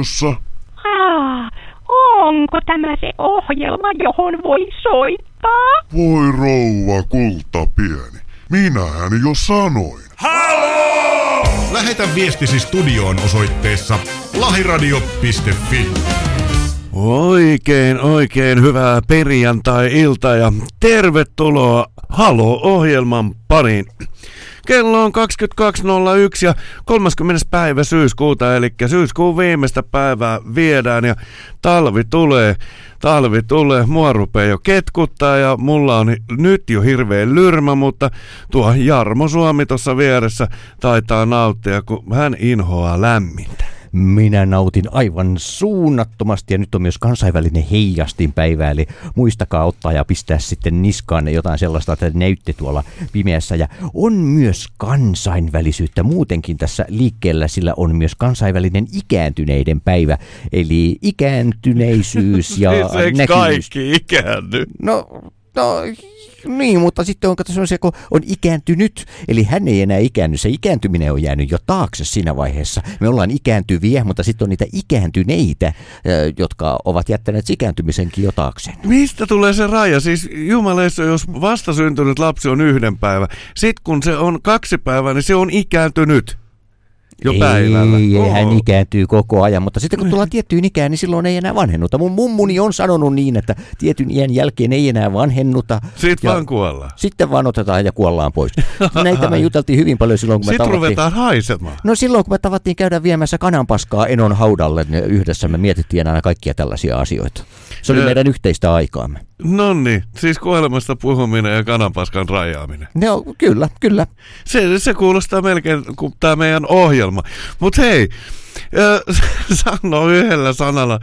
radiossa. Onko tämä se ohjelma, johon voi soittaa? Voi rouva kultapieni, minähän jo sanoin. Halo! Lähetä viestisi studioon osoitteessa lahiradio.fi. Oikein hyvää perjantai-iltaa ja tervetuloa Halo-ohjelman pariin. Kello on 22.01 ja 30. päivä syyskuuta, eli syyskuun viimeistä päivää viedään ja talvi tulee, mua rupeaa jo ketkuttaa ja mulla on nyt jo hirveä lyrmä, mutta tuo Jarmo Suomi tuossa vieressä taitaa nauttia, kun hän inhoaa lämmintä. Minä nautin aivan suunnattomasti ja nyt on myös kansainvälinen heijastinpäivä, eli muistakaa ottaa ja pistää sitten niskaan jotain sellaista, että näytte tuolla pimeässä. Ja on myös kansainvälisyyttä muutenkin tässä liikkeellä, sillä on myös kansainvälinen ikääntyneiden päivä, eli ikääntyneisyys ja näkyvyys. Kaikki ikäänny? No, niin, mutta sitten on se, kun on ikääntynyt, eli hän ei enää ikäänny. Se ikääntyminen on jäänyt jo taakse siinä vaiheessa. Me ollaan ikääntyviä, mutta sitten on niitä ikääntyneitä, jotka ovat jättäneet ikääntymisenkin jo taakseen. Mistä tulee se raja? Siis jumaleissa, jos vastasyntynyt lapsi on 1 päivä, sitten kun se on 2 päivää, niin se on ikääntynyt. Ei, hän ikääntyy koko ajan, mutta sitten kun tullaan tiettyyn ikään, niin silloin ei enää vanhennuta. Mun mummuni on sanonut niin, että tietyn iän jälkeen ei enää vanhennuta. Sitten vaan kuollaan. Sitten vaan otetaan ja kuollaan pois. Näitä me juteltiin hyvin paljon silloin, kun me tavattiin. Sitten ruvetaan haisemaan. No silloin, kun me tavattiin käydä viemässä kananpaskaa Enon haudalle, niin yhdessä me mietittiin aina kaikkia tällaisia asioita. Se oli meidän yhteistä aikaamme. Noniin, siis kuolemasta puhuminen ja kananpaskan rajaaminen. No, kyllä. Se kuulostaa melkein kuin tämä meidän ohjelma. Mutta hei, sano yhdellä sanalla,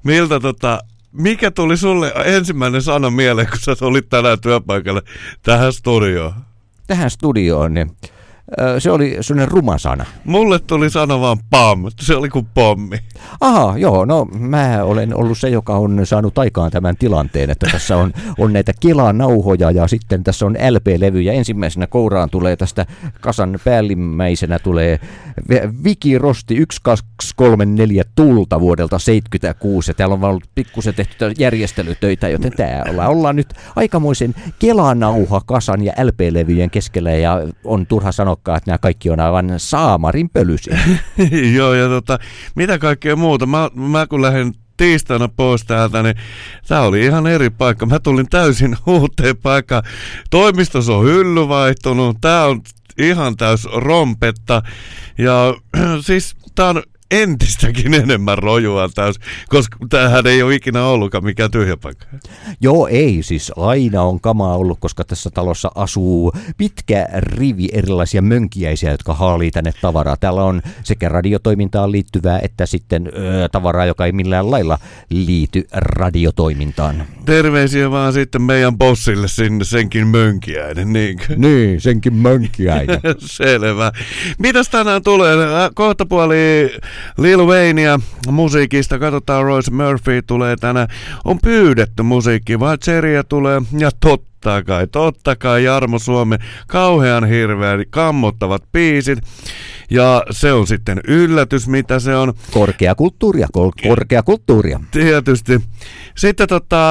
mikä tuli sulle ensimmäinen sana mieleen, kun sä olit tänään työpaikalle tähän studioon? Tähän studioon, niin se oli sellainen ruma sana. Mulle tuli sana vaan pam, se oli kuin pommi. Aha, joo, no mä olen ollut se, joka on saanut aikaan tämän tilanteen, että tässä on näitä Kela-nauhoja ja sitten tässä on LP-levyjä. Ensimmäisenä kouraan tulee tästä kasan päällimmäisenä tulee Vikirosti 1234 tulta vuodelta 76 ja täällä on ollut pikkusen tehty järjestelytöitä, joten täällä ollaan nyt aikamoisen Kela-nauha-kasan ja LP-levyjen keskellä ja on turha sanoa, että nämä kaikki on aivan saamarin pölysiä. Joo, ja mitä kaikkea muuta? Mä kun lähdin tiistaina pois täältä, niin tää oli ihan eri paikka. Mä tulin täysin uuteen paikkaan. Toimistossa on hylly vaihtunut. Tää on ihan täys rompetta. Ja siis tää on entistäkin enemmän rojua täys, koska tämähän ei ole ikinä ollutkaan mikään tyhjä paikka. Joo, ei, siis aina on kamaa ollut, koska tässä talossa asuu pitkä rivi erilaisia mönkiäisiä, jotka haalii tänne tavaraa. Täällä on sekä radiotoimintaan liittyvää, että sitten tavaraa, joka ei millään lailla liity radiotoimintaan. Terveisiä vaan sitten meidän bossille sinne, senkin mönkiäinen, niinkö? Niin, senkin mönkiäinen. Selvä. Mitäs tänään tulee? Kohtapuoli Lil Wayneä musiikista, katsotaan Royce Murphy tulee tänään, on pyydetty musiikki, vaan Cherryä tulee ja totta kai Jarmo Suomi, kauhean hirveän kammottavat biisit ja se on sitten yllätys, mitä se on. Korkeakulttuuria. Tietysti. Sitten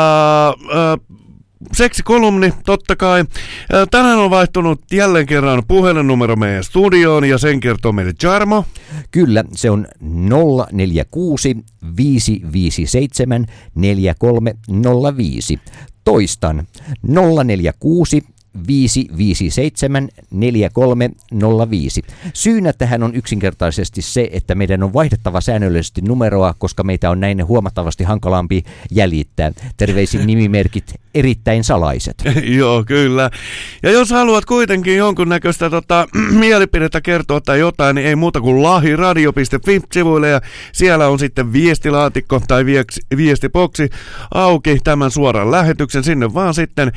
seksikolumni, totta kai. Tänään on vaihtunut jälleen kerran puhelinnumero meidän studioon ja sen kertoo meille Jarmo. Kyllä, se on 046 557 4305. Toistan, 046 557 4305. Syynä tähän on yksinkertaisesti se, että meidän on vaihdettava säännöllisesti numeroa, koska meitä on näin huomattavasti hankalampi jäljittää. Terveisin nimimerkit erittäin salaiset. Joo, kyllä. Ja jos haluat kuitenkin jonkunnäköistä mielipidettä kertoa tai jotain, niin ei muuta kuin lahiradio.fi-sivuille ja siellä on sitten viestilaatikko tai viestiboksi auki tämän suoran lähetyksen. Sinne vaan sitten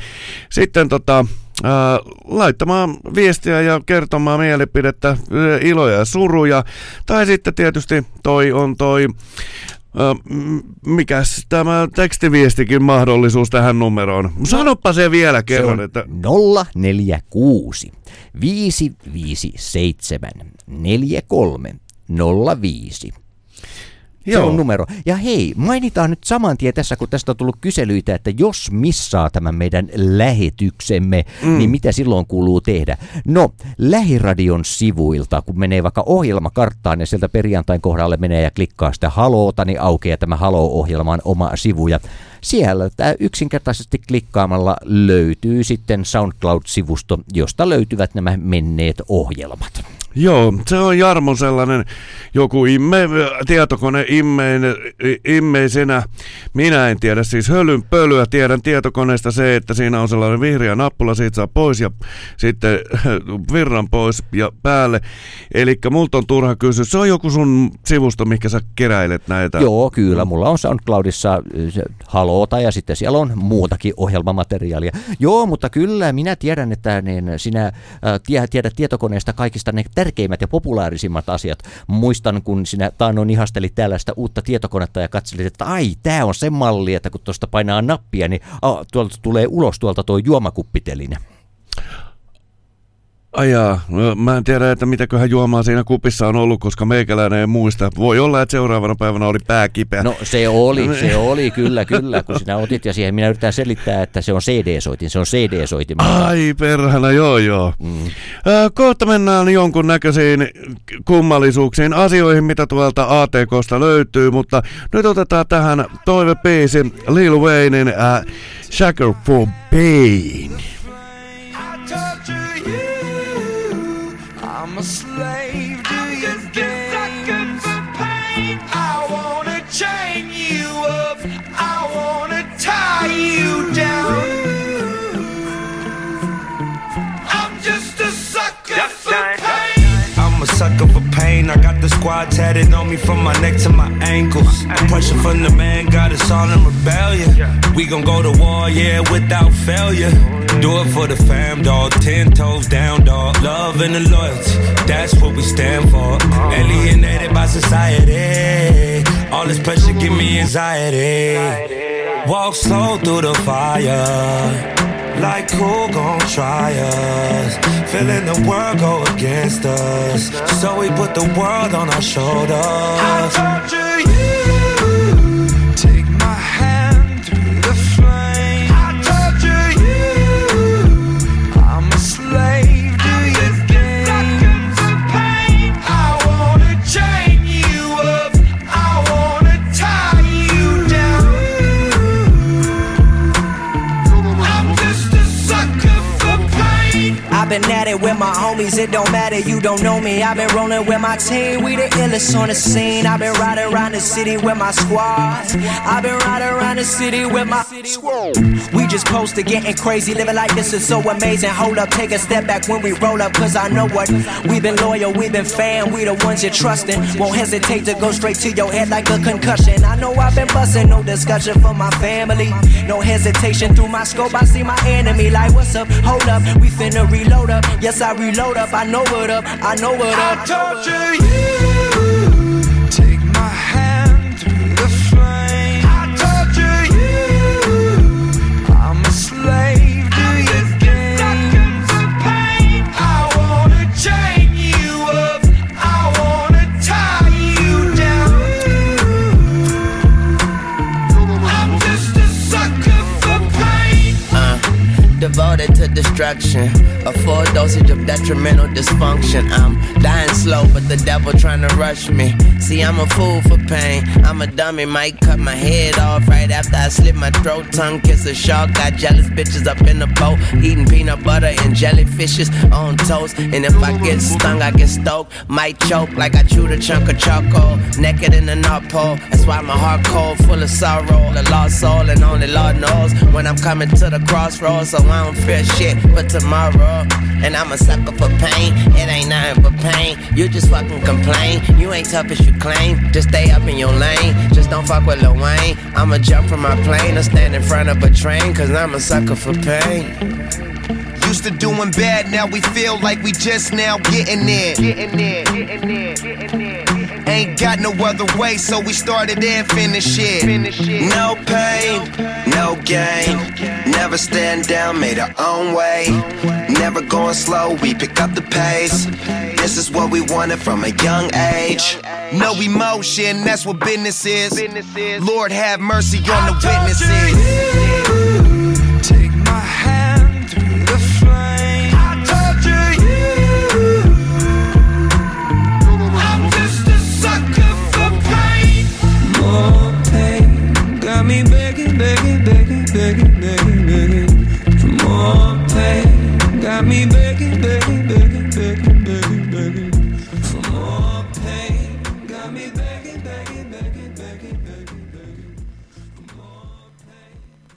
laittamaan viestiä ja kertomaan mielipidettä, iloja ja suruja. Tai sitten tietysti mikäs tämä tekstiviestikin mahdollisuus tähän numeroon. Sanoppa se vielä kerran. Se että 046 557 4305. Se on numero. Ja hei, mainitaan nyt saman tien tässä, kun tästä on tullut kyselyitä, että jos missaa tämän meidän lähetyksemme, niin mitä silloin kuuluu tehdä? No, Lähiradion sivuilta, kun menee vaikka ohjelmakarttaan ja sieltä perjantain kohdalle menee ja klikkaa sitä haloota, niin aukeaa tämä Halo-ohjelman oma sivu. Ja siellä tämä yksinkertaisesti klikkaamalla löytyy sitten SoundCloud-sivusto, josta löytyvät nämä menneet ohjelmat. Joo, se on Jarmo sellainen joku tietokone immeisenä. Minä en tiedä siis hölynpölyä, tiedän tietokoneesta se, että siinä on sellainen vihreä nappula, siitä saa pois ja sitten virran pois ja päälle. Elikkä multa on turha kysyä, se on joku sun sivusto, mikä sä keräilet näitä. Joo, kyllä, mulla on SoundCloudissa Haloota ja sitten siellä on muutakin ohjelmamateriaalia. Joo, mutta kyllä minä tiedän, että sinä tiedät tietokoneesta kaikista ne tärkeimmät ja populaarisimmat asiat. Muistan, kun sinä taannoin ihastelit tällaista uutta tietokonetta ja katselit, että ai, tää on se malli, että kun tuosta painaa nappia, niin tuolta tulee ulos tuolta tuo juomakuppiteline. Ajaa, mä en tiedä, että mitäköhän juomaa siinä kupissa on ollut, koska meikäläinen ei muista. Voi olla, että seuraavana päivänä oli pää kipeä. No se oli kyllä, kun sinä otit ja siihen minä yritän selittää, että se on CD-soitin, Ai perhana, joo. Kohta mennään jonkun näköisiin kummallisuuksiin, asioihin, mitä tuolta ATKsta löytyy, mutta nyt otetaan tähän toivebiisi Lil Waynein Shackle for Pain. I'm a slave to your games. I wanna chain you up. I wanna tie you down. I'm just a sucker for pain. I'm a sucker for pain. I got the squad tatted on me from my neck to my ankles. Pressure from the man got us all in rebellion. We gon' go to war, yeah, without failure. Do it for the fam, dog. 10 toes down, dog. Love and the loyalty, that's what we stand for. Alienated by society. All this pressure give me anxiety. Walk slow through the fire. Like who gon' try us? Feeling the world go against us. So we put the world on our shoulders. I torture you. Take my hand through the flame. I torture you. I'm a slave to your games. I wanna chain you up. I wanna tie you down. I'm just a sucker for pain. I've been at it with my homies, it don't matter, you don't know me. I've been rolling with my team, we the illest on the scene. I've been riding around the city with my squad. I've been riding around the city with my squad. We just close to getting crazy, living like this is so amazing. Hold up, take a step back when we roll up, cause I know what. We've been loyal, we've been fan, we the ones you're trusting. Won't hesitate to go straight to your head like a concussion. I know I've been busting, no discussion for my family. No hesitation through my scope, I see my enemy like, what's up, hold up, we finna reload up. Yes, I reload up, I know what up, I know what up. I torture you, take my hand through the flame. I torture you, I'm a slave to your games. I wanna chain you up, I wanna tie you down. I'm just a sucker for pain. Devoted to destruction, a full dosage of detrimental dysfunction. I'm dying slow, but the devil trying to rush me. See, I'm a fool for pain. I'm a dummy, might cut my head off right after I slit my throat. Tongue kiss a shark, got jealous bitches up in the boat, eating peanut butter and jellyfishes on toast. And if I get stung, I get stoked, might choke like I chewed a chunk of charcoal. Naked in the North Pole, that's why my heart cold, full of sorrow. A lost soul, and only Lord knows when I'm coming to the crossroads. So I don't fear shit but tomorrow. And I'm a sucker for pain, it ain't nothing but pain. You just fucking complain, you ain't tough as you claim. Just stay up in your lane, just don't fuck with Lil Wayne. I'ma jump from my plane or stand in front of a train, cause I'm a sucker for pain. used to doing bad, now we feel like we just now getting in. Ain't got no other way, so we started and finished it. No pain, no gain. Never stand down, made our own way. Never going slow, we pick up the pace. This is what we wanted from a young age. No emotion, that's what business is. Lord have mercy on the witnesses. Take my hand through the flame. I told you, I'm just a sucker for pain. More pain got me begging, begging, begging, begging, begging, begging for more pain. Got me begging, begging, begging, begging, begging, begging for more pain. Got me begging, begging, begging, begging, begging, begging for more pain.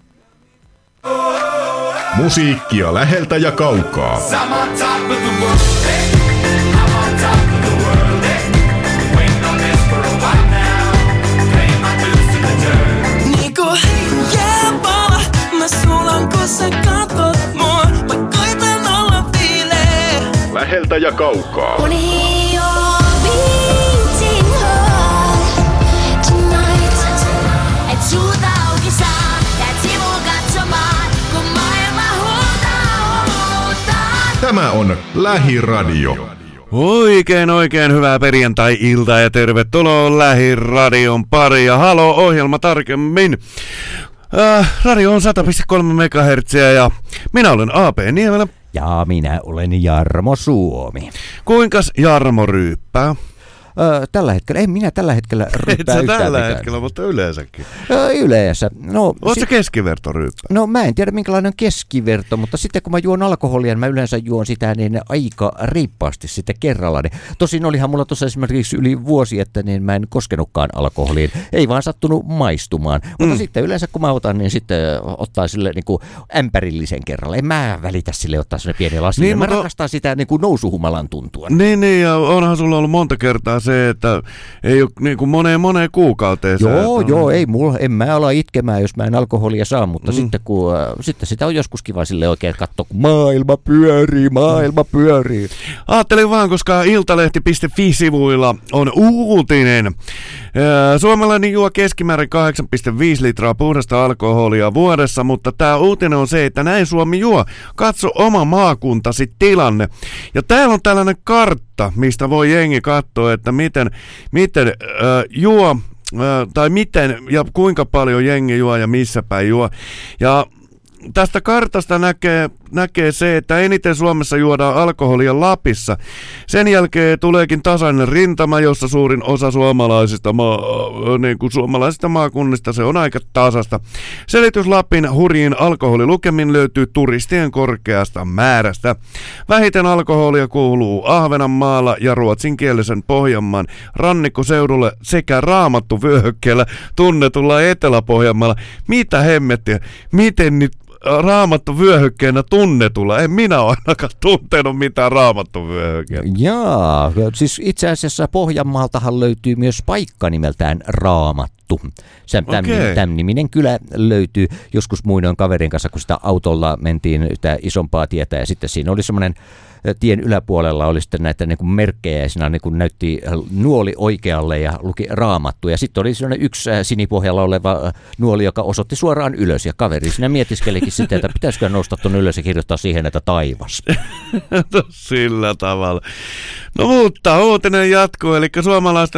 Musiikkia läheltä ja kaukaa. I'm on top of the world, hey. I'm on top of the world, hey. Waiting on this for a while now. Paying my dues to the dirt. Niinku jääpala, mä sulan kun sä katot mua. Mä koitan olla viilee. Läheltä ja kaukaa. Uni on beating hard tonight. Et suuta auki saa, jäät sivuun katsomaan, kun maailma huutaa. Tämä on Lähiradio. Oikein hyvää perjantai-iltaa ja tervetuloa Lähiradion pari ja Halo-ohjelma tarkemmin. Radio on 100,3 MHz ja minä olen A.P. Niemelä. Ja minä olen Jarmo Suomi. Kuinkas Jarmo ryyppää? Tällä hetkellä, en minä tällä hetkellä ryyppää yhtään tällä mitään. hetkellä, mutta yleensäkin. Yleensä. No, Oot sä keskiverto ryyppää? No mä en tiedä minkälainen on keskiverto, mutta sitten kun mä juon alkoholia, niin mä yleensä juon sitä niin aika reippaasti sitten kerralla. Tosin olihan mulla tuossa esimerkiksi yli vuosi, että niin mä en koskenutkaan alkoholiin. Ei vaan sattunut maistumaan. Mutta sitten yleensä kun mä otan, niin sitten ottaa sille niin kuin ämpärillisen kerralla. En mä välitä sille ottaa sinne pieni lasi. Niin, mä rakastan sitä niin kuin nousuhumalan tuntua. Niin, ja onhan sulla ollut monta kertaa se, että ei ole niin kuin moneen kuukauteen. Joo, ei mulla, en mä ala itkemään, jos mä en alkoholia saa, mutta sitten sitä on joskus kiva sille oikein katsoa, kun maailma pyörii. Ajattelin vaan, koska iltalehti.fi-sivuilla on uutinen. Suomalainen juo keskimäärin 8,5 litraa puhdasta alkoholia vuodessa, mutta tämä uutinen on se, että näin Suomi juo. Katso oma maakuntasi tilanne. Ja täällä on tällainen kartta, mistä voi jengi katsoa, että miten juo, tai miten ja kuinka paljon jengi juo ja missä päin juo. Ja tästä kartasta näkee se, että eniten Suomessa juodaan alkoholia Lapissa. Sen jälkeen tuleekin tasainen rintama, jossa suurin osa suomalaisista maakunnista se on aika tasasta. Selitys Lapin hurjiin alkoholilukemin löytyy turistien korkeasta määrästä. Vähiten alkoholia kuuluu Ahvenanmaalla ja ruotsinkielisen Pohjanmaan rannikkoseudulle sekä Raamattuvyöhykkeellä tunnetulla Etelä-Pohjanmaalla. Mitä hemmettiä? Miten nyt Raamattuvyöhykkeenä tunnetulla? En minä ole ainakaan tuntenut mitään Raamattuvyöhykkeenä. Jaa, siis itse asiassa Pohjanmaaltahan löytyy myös paikka nimeltään Raamattu. Tämän niminen kylä löytyy joskus muinoin kaverin kanssa, kun sitä autolla mentiin yhtä isompaa tietä ja sitten siinä oli semmoinen tien yläpuolella oli sitten näitä niin kuin merkkejä ja siinä niin kuin näytti nuoli oikealle ja luki Raamattu. Ja sitten oli sellainen yksi sinipohjalla oleva nuoli, joka osoitti suoraan ylös ja kaveri siinä mietiskelikin sitten, että pitäisikö nostaa tuonne ylös ja kirjoittaa siihen, että taivas. Sillä tavalla. No mutta uutinen jatkuu, eli suomalaisten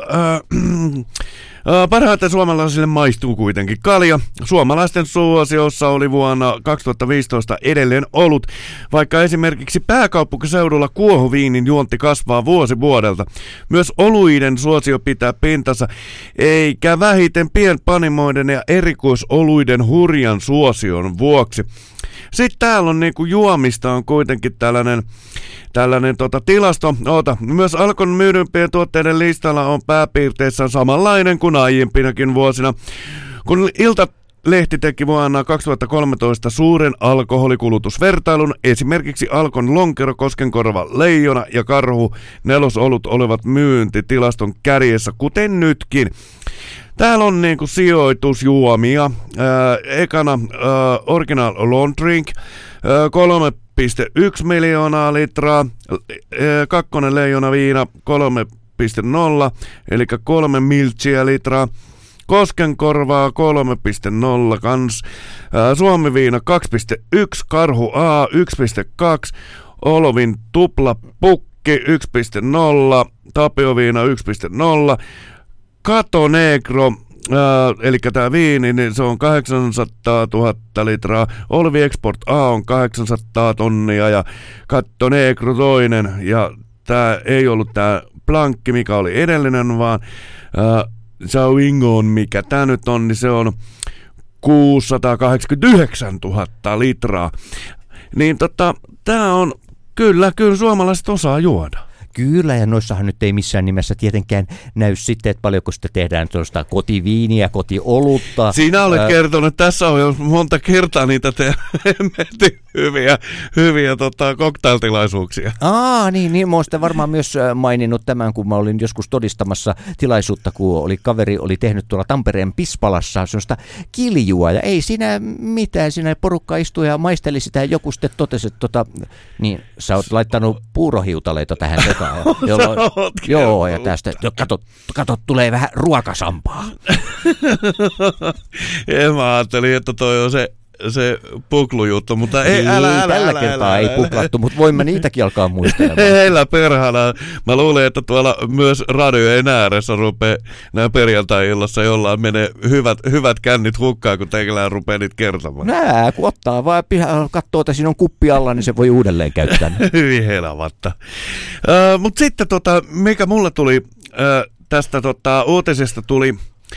parhaiten suomalaisille maistuu kuitenkin kalja. Suomalaisten suosiossa oli vuonna 2015 edelleen olut, vaikka esimerkiksi pääkaupunkiseudulla kuohuviinin juonti kasvaa vuosi vuodelta. Myös oluiden suosio pitää pintansa, eikä vähiten pienpanimoiden ja erikoisoluiden hurjan suosion vuoksi. Sitten täällä on niinku juomista on kuitenkin tällainen tilasto. Myös Alkon myydympiä tuotteiden listalla on pääpiirteissään samanlainen kuin aiempinakin vuosina. Kun Iltalehti teki vuonna 2013 suuren alkoholikulutusvertailun, esimerkiksi Alkon Lonkero, Koskenkorva, Leijona ja Karhu nelosolut olivat myyntitilaston kärjessä, kuten nytkin. Täällä on niinku sijoitusjuomia. Ekana Original Long Drink 3,5 miljoonaa litraa, kakkonen Leijona-viina 3,0, eli 3 miltsiä litraa. Koskenkorvaa 3,0 kans, Suomi-viina 2,1, Karhu A 1,2, Olovin tuplapukki 1,0, Tapio-viina 1,0, Cato Negro, eli tämä viini, niin se on 800 000 litraa, Olvi Export A on 800 tonnia ja Cato Negro toinen, ja tämä ei ollut tämä Blankki, mikä oli edellinen, vaan Sauvignon, mikä tämä nyt on, niin se on 689 000 litraa. Niin tämä on, kyllä suomalaiset osaa juoda. Kyllä, ja noissahan nyt ei missään nimessä tietenkään näy sitten, että paljonko sitä tehdään tuosta kotiviiniä, kotiolutta. Sinä olet kertonut, että tässä on jo monta kertaa niitä hyviä cocktailtilaisuuksia. Niin, mä oon sitä varmaan myös maininnut tämän, kun mä olin joskus todistamassa tilaisuutta, kun kaveri oli tehnyt tuolla Tampereen Pispalassa sellaista kiljua, ja ei siinä mitään, siinä porukka istui ja maisteli sitä, ja joku sitten totesi, että niin sä oot laittanut puurohiutaleita tähän sekaan. Joo, ja tästä, kato, tulee vähän ruokasampaa. Ja mä ajattelin, että toi on se puklujuttu, mutta ei, tällä kertaa ei puklattu, mutta voimme niitäkin alkaa muistella. Heillä perhana. Mä luulen, että tuolla myös radiojen ääressä rupeaa nämä perjantai-illassa jollain menee hyvät kännit hukkaan, kun teillään rupeaa niitä kertomaan. Kun ottaa vaan katsoo, että siinä on kuppi alla, niin se voi uudelleen käyttää. Hyvin helavatta. Mutta sitten mikä mulle tuli tästä uutisesta tuli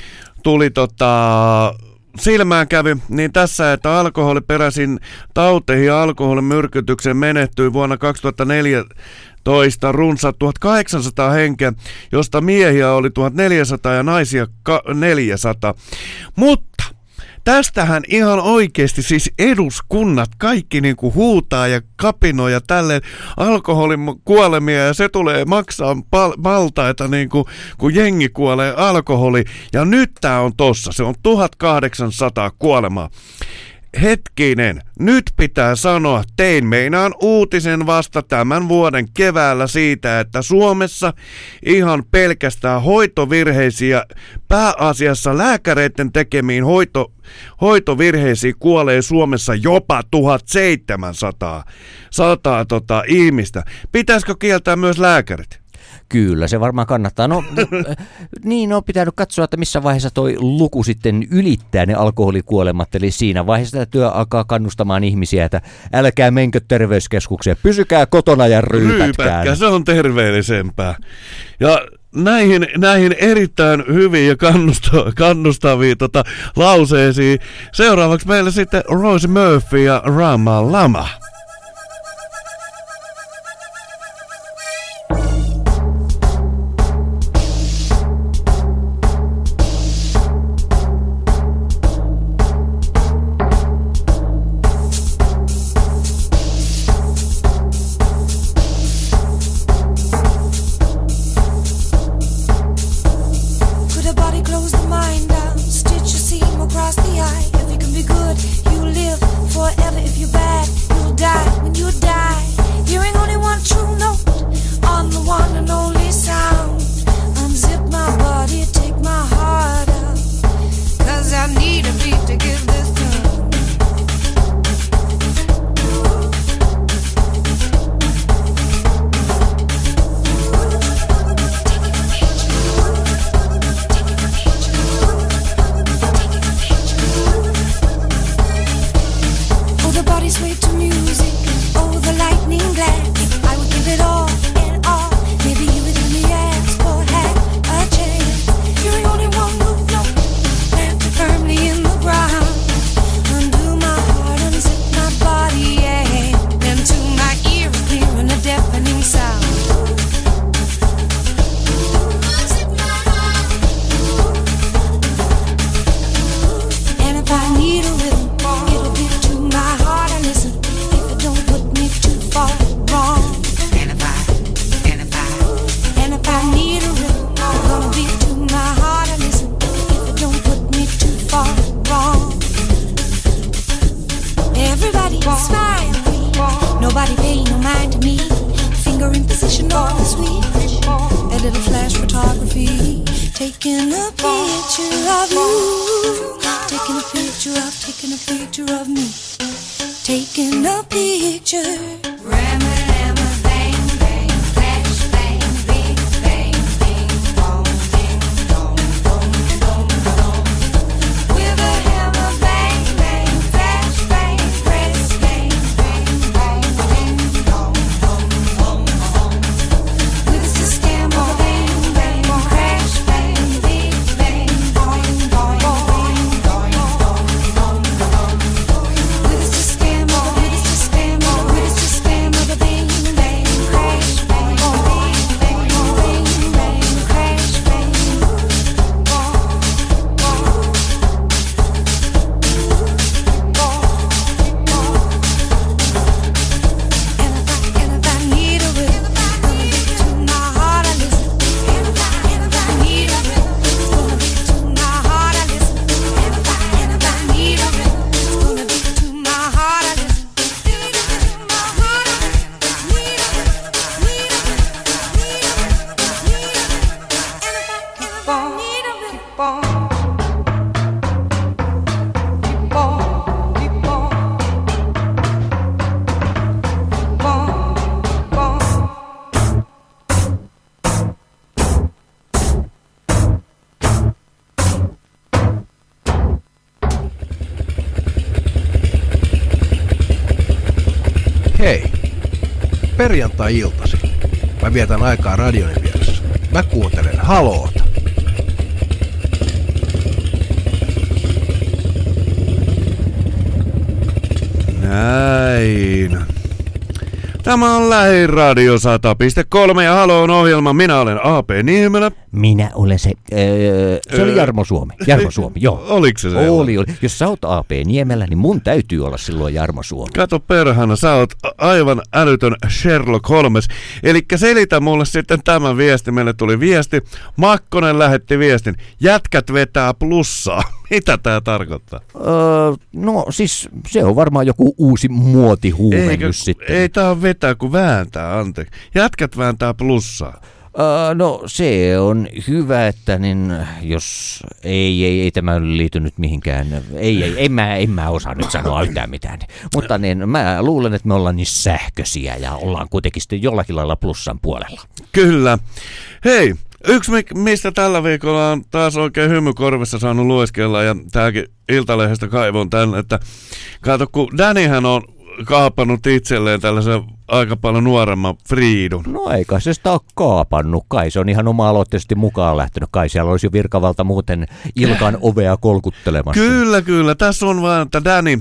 silmään kävi, niin tässä, että alkoholiperäisin tauteihin ja alkoholimyrkytykseen menehtyi vuonna 2014 runsaat 1800 henkeä, josta miehiä oli 1400 ja naisia 400. Mutta tästähän ihan oikeasti siis eduskunnat kaikki niinku huutaa ja kapinoi ja tälleen alkoholin kuolemia, ja se tulee maksaa maltaita niinku, kun jengi kuolee alkoholi, ja nyt tää on tossa, se on 1800 kuolemaa. Hetkinen, nyt pitää sanoa, tein meinaan uutisen vasta tämän vuoden keväällä siitä, että Suomessa ihan pelkästään hoitovirheisiä, pääasiassa lääkäreiden tekemiin hoitovirheisiin kuolee Suomessa jopa 1700 ihmistä. Pitäisikö kieltää myös lääkärit? Kyllä, se varmaan kannattaa. Niin on pitänyt katsoa, että missä vaiheessa toi luku sitten ylittää ne alkoholikuolemat. Eli siinä vaiheessa tämä työ alkaa kannustamaan ihmisiä, että älkää menkö terveyskeskukseen, pysykää kotona ja ryypätkää. Se on terveellisempää. Ja näihin erittäin hyviin ja kannustaviin lauseisiin. Seuraavaksi meillä sitten Rosie Murphy ja Rama Lama. Across the eye, if you can be good, you live forever. If you're bad, you'll die. picture of you. Taking a picture of me. Taking a picture. Ramma, ramma, bang, bang, flash, bang, big bang, ding dong, ding dong, dong, dong, dong. With a hammer, bang, bang, flash, bang, press, bang, bang, bang, ding dong, dong, dong, dong. With a scammer, bang, bang, crash, bang, big bang, boing, boing, boing, boing, dong, dong, dong. With a scammer, the bang, bang, crash, bang, bang, bang, bang, bang, crash, bang, and if I need a rhythm, gonna be to my heart I listen. And if I need a rhythm, gonna be to my heart I listen. And if I need a rhythm, gonna be to my heart I listen. Hei, perjantai-iltasi. Mä vietän aikaa radioni vieressä. Mä kuuntelen Haloota. Näin. Tämä on Lähiradio 100.3 ja Haloon ohjelma. Minä olen A.P. Niemelä. Minä olen se. Se oli Jarmo Suomi. Jarmo Suomi, joo. Oliko se se? Oli. Jos sä oot A.P. Niemelä, niin mun täytyy olla silloin Jarmo Suomi. Kato perhana, sä oot aivan älytön Sherlock Holmes. Elikkä selitä mulle sitten tämä viesti. Meille tuli viesti. Makkonen lähetti viestin. Jätkät vetää plussaa. Mitä tää tarkoittaa? No siis se on varmaan joku uusi muotihuumennus sitten. Ei tää on vetää kuin vääntää, anteeksi. Jätkät vääntää plussaa. No se on hyvä, että niin, jos ei tämä liity nyt mihinkään. En mä osaa nyt sanoa yhtään mitään. Mutta niin, mä luulen, että me ollaan niin sähköisiä ja ollaan kuitenkin sitten jollakin lailla plussan puolella. Kyllä. Hei, yksi mistä tällä viikolla on taas oikein hymy korvissa saanut lueskella ja tääkin Iltalehdestä kaivon tänne, että kato kun Dannyhän on kaapannut itselleen tällaisen aika paljon nuoremman Friidun. No eikä se sitä ole kaapannut. Kai se on ihan oma-aloitteisesti mukaan lähtenyt. Kai siellä olisi jo virkavalta muuten Ilkan ovea kolkuttelemassa. Kyllä. Tässä on vaan, että Danny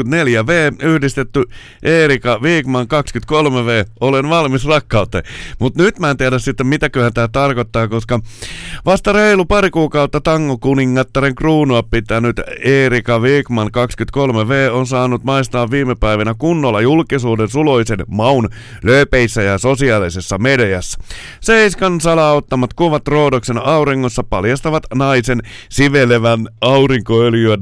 74V yhdistetty Eerika Wigman 23V. Olen valmis rakkauteen. Mutta nyt mä en tiedä sitten mitäköhän tämä tarkoittaa, koska vasta reilu pari kuukautta tangokuningattaren kruunua pitänyt Eerika Wigman 23V on saanut maistaa viime päivinä kunnolla julkisuuden suloisen maun lööpeissä ja sosiaalisessa mediassa. Seiskan salauttamat kuvat Roodoksen auringossa paljastavat naisen sivelevän aurinkoöljyä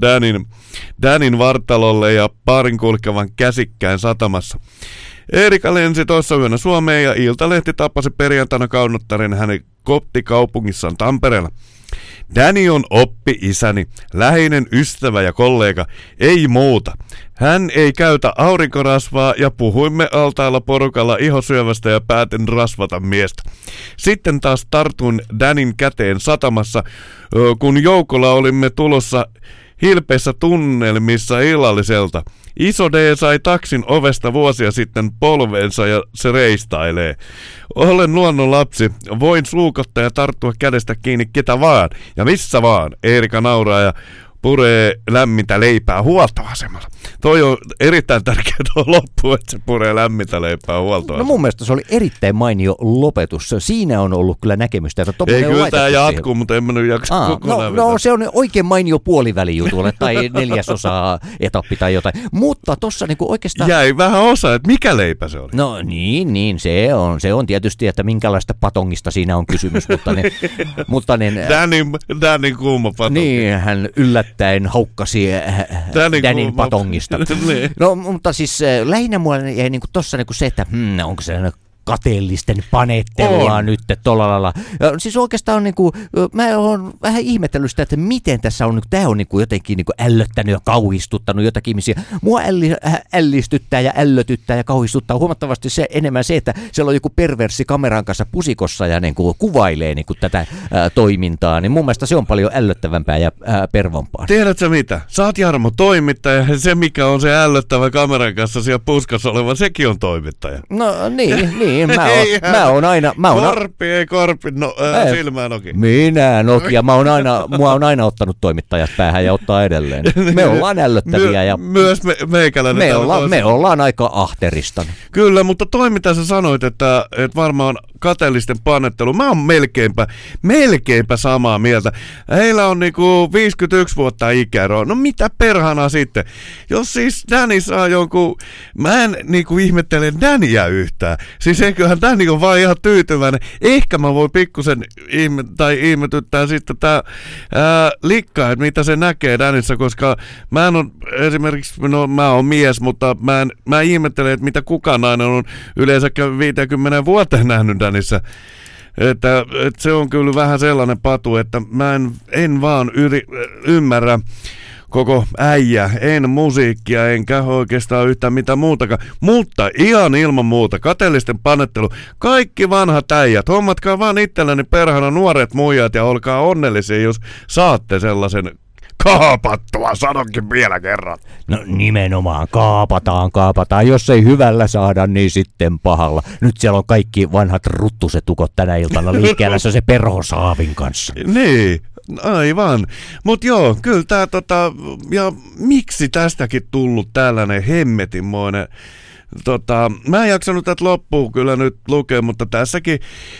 Danin vartalolle ja parin kulkevan käsikkään satamassa. Eerika lensi toissa yönä Suomeen ja Iltalehti tapasi perjantaina kaunottaren hänen kotikaupungissaan Tampereella. Danny on oppi-isäni, läheinen ystävä ja kollega, ei muuta. Hän ei käytä aurinkorasvaa ja puhuimme altaalla porukalla ihosyövästä ja päätin rasvata miestä. Sitten taas tartuin Dannyn käteen satamassa, kun joukolla olimme tulossa hilpeissä tunnelmissa illalliselta. Iso D sai taksin ovesta vuosia sitten polveensa ja se reistailee. Olen luonnon lapsi, voin suukottaa ja tarttua kädestä kiinni ketä vaan ja missä vaan. Eerika nauraa ja puree lämmintä leipää huoltoasemalla. Toi on erittäin tärkeä tuo loppu, että se puree lämmintä leipää huoltoasemalla. No mun mielestä se oli erittäin mainio lopetus. Siinä on ollut kyllä näkemystä. Että ei kyllä tämä jatkuu, mutta en mä nyt jaksa kokonaan no se on oikein mainio puolivälijutulle tai 4/4 etappi tai jotain. Mutta tossa niinku oikeastaan jäi vähän osa, että mikä leipä se oli. No niin, se on tietysti, että minkälaista patongista siinä on kysymys, mutta Dannyn kuuma patongi. Niin, hän yllättäen haukkasi Dannyn patongista. No, mutta siis lähinnä mulle jäi niinku tossa niinku se, että onko se kateellisten panettelua nyt tolla lailla. Siis oikeastaan on niinku, mä oon vähän ihmetellyt sitä, että miten tässä on, niinku, tää on niinku jotenkin niinku ällöttänyt ja kauhistuttanut jotakin ihmisiä. Mua ällistyttää ja ällötyttää ja kauhistuttaa huomattavasti enemmän se, että siellä on joku perverssi kameran kanssa pusikossa ja niinku kuvailee niinku tätä toimintaa, niin mun mielestä se on paljon ällöttävämpää ja pervompaa. Tiedätkö mitä? Sä oot Jarmo toimittaja ja se mikä on se ällöttävä kameran kanssa siellä puskassa oleva, sekin on toimittaja. No niin, mä oon aina... Korpi, silmään oki. Minä Nokia, mua on aina ottanut toimittajat päähän ja ottaa edelleen. Me ollaan ällöttäviä ja... Myös meikäläinen. Me ollaan aika ahterista. Kyllä, mutta toi mitä sä sanoit, että varmaan kateellisten panettelu, mä oon melkeinpä samaa mieltä. Heillä on niinku 51 vuotta ikäeroa. No mitä perhana sitten? Jos siis Danny saa jonkun... Mä en niinku ihmettele Dannyä yhtään. Siis eiköhän Danny on vaan ihan tyytyväinen. Ehkä mä voin pikkusen ihmetyttää sitten tää likka, että mitä se näkee Dannyssä, koska mä en ole esimerkiksi, mä oon mies, mutta mä ihmettelen, että mitä kukaan nainen on yleensäkään 50 vuoteen nähnyt Dannyssä. Että se on kyllä vähän sellainen patu, että mä en vaan ymmärrä koko äijä, en musiikkia, enkä oikeastaan yhtään mitään muutakaan. Mutta ihan ilman muuta, kateellisten panettelu, kaikki vanhat äijät, hommatkaa vaan itselleni perhana nuoret muijat ja olkaa onnellisia, jos saatte sellaisen kaapattua, sanonkin vielä kerran. No nimenomaan, kaapataan. Jos ei hyvällä saada, niin sitten pahalla. Nyt siellä on kaikki vanhat ruttusetukot tänä iltana liikkeellä se perhosaavin kanssa. Niin, aivan. Mut joo, kyllä tää ja miksi tästäkin tullut tällainen hemmetinmoinen... mä en jaksanut tätä loppuun kyllä nyt lukea, mutta tässäkin...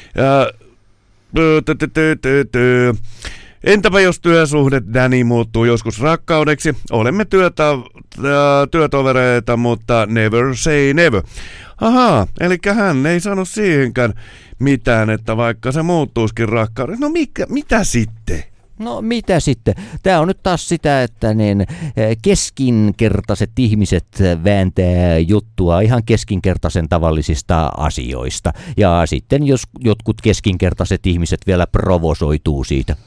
Entäpä jos työsuhde Danny muuttuu joskus rakkaudeksi? Olemme työtovereita, mutta never say never. Ahaa, eli hän ei sano siihenkään mitään, että vaikka se muuttuisikin rakkaudeksi. No mitä sitten? No mitä sitten? Tämä on nyt taas sitä, että keskinkertaiset ihmiset vääntää juttua ihan keskinkertaisen tavallisista asioista. Ja sitten jos jotkut keskinkertaiset ihmiset vielä provosoituu siitä.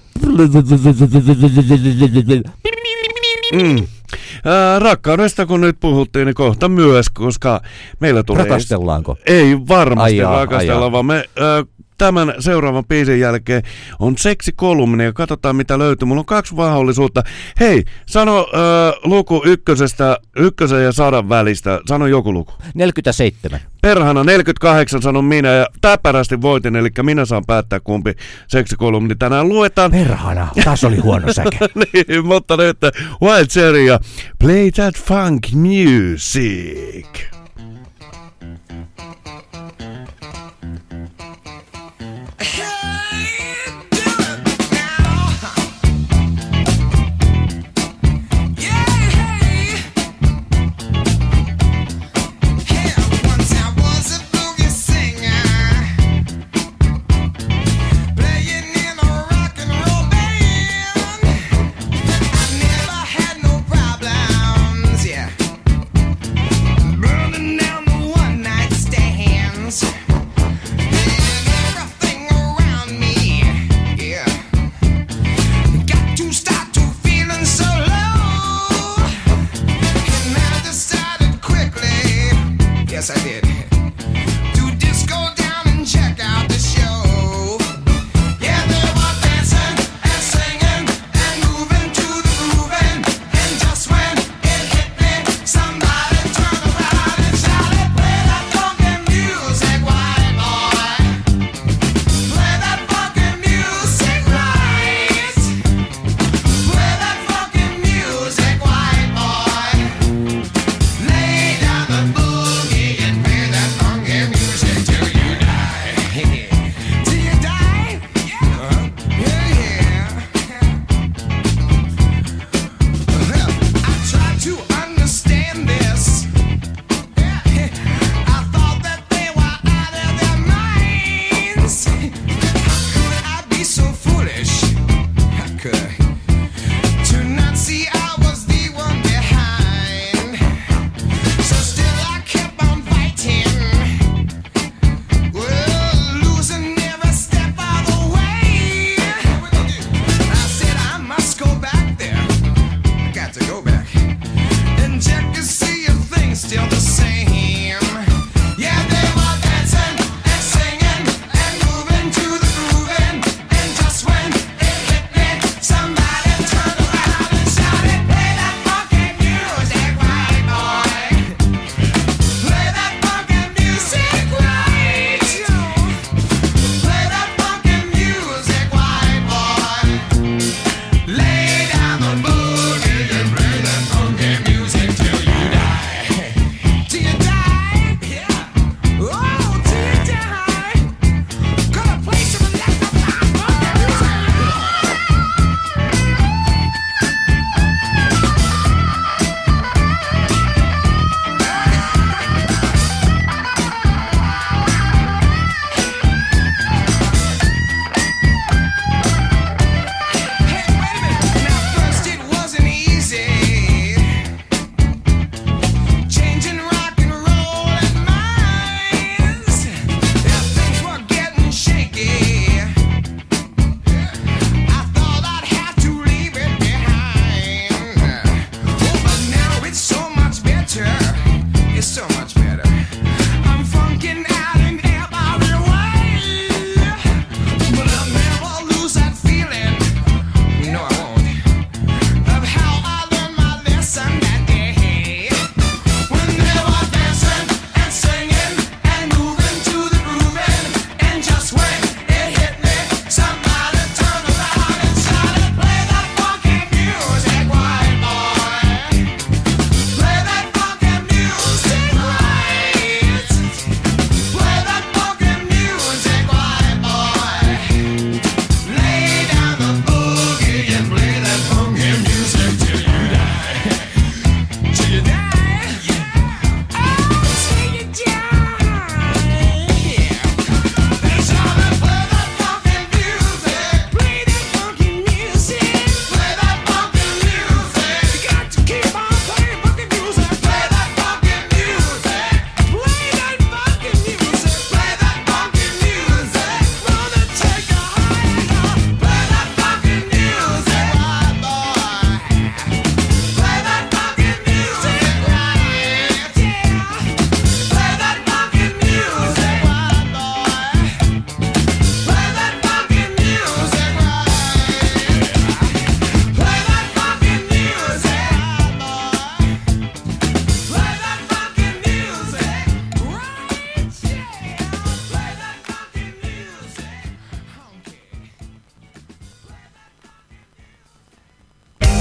Rakkaudesta kun nyt puhuttiin, niin kohta myös, koska meillä tulee... Rakastellaanko? Ei varmasti rakastella, vaan me... Tämän seuraavan biisin jälkeen on seksikolumni ja katsotaan mitä löytyy. Mulla on 2 mahdollisuutta. Hei, sano luku ykkösen ja 100 välistä. Sano joku luku. 47. Perhana 48 sanon minä ja täpärästi voitin, eli minä saan päättää kumpi seksikolumni tänään luetaan. Perhana, taas oli huono säke. Niin, mutta nyt Wild Cherry ja Play That Funk Music. Burning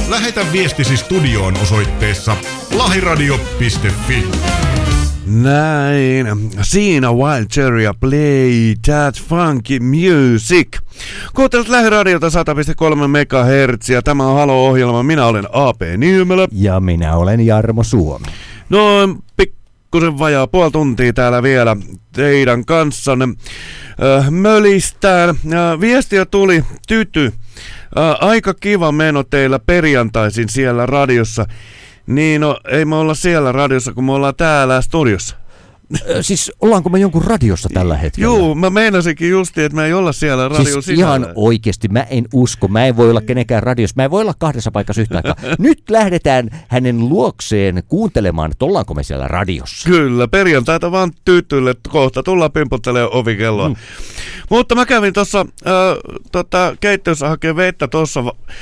Lähetä viestisi studioon osoitteessa lahiradio.fi. Näin. Siinä Wild Cherry ja Play That Funky Music. Kuuntelet Lähiradiota 100,3 MHz. Tämä on Halo-ohjelma. Minä olen A.P. Niemelä. Ja minä olen Jarmo Suomi. Noin pikkusen vajaa puoli tuntia täällä vielä teidän kanssanne mölistään. Viestiä tuli Tyty. Aika kiva meno teillä perjantaisin siellä radiossa. Niin, no ei me olla siellä radiossa, kun me ollaan täällä studiossa. Siis ollaanko me jonkun radiossa tällä hetkellä? Juu, mä meinasinkin justiin, että me ei olla siellä radion siis sisällä. Ihan oikeesti, mä en usko. Mä en voi olla kenenkään radiossa. Mä en voi olla kahdessa paikassa yhtä aikaa. Nyt lähdetään hänen luokseen kuuntelemaan, että ollaanko me siellä radiossa. Kyllä, perjantaita vaan Tytylle. Kohta tullaan pimpottelemaan ovikelloa. Mutta mä kävin tuossa keittiössä hakemaan vettä tuossa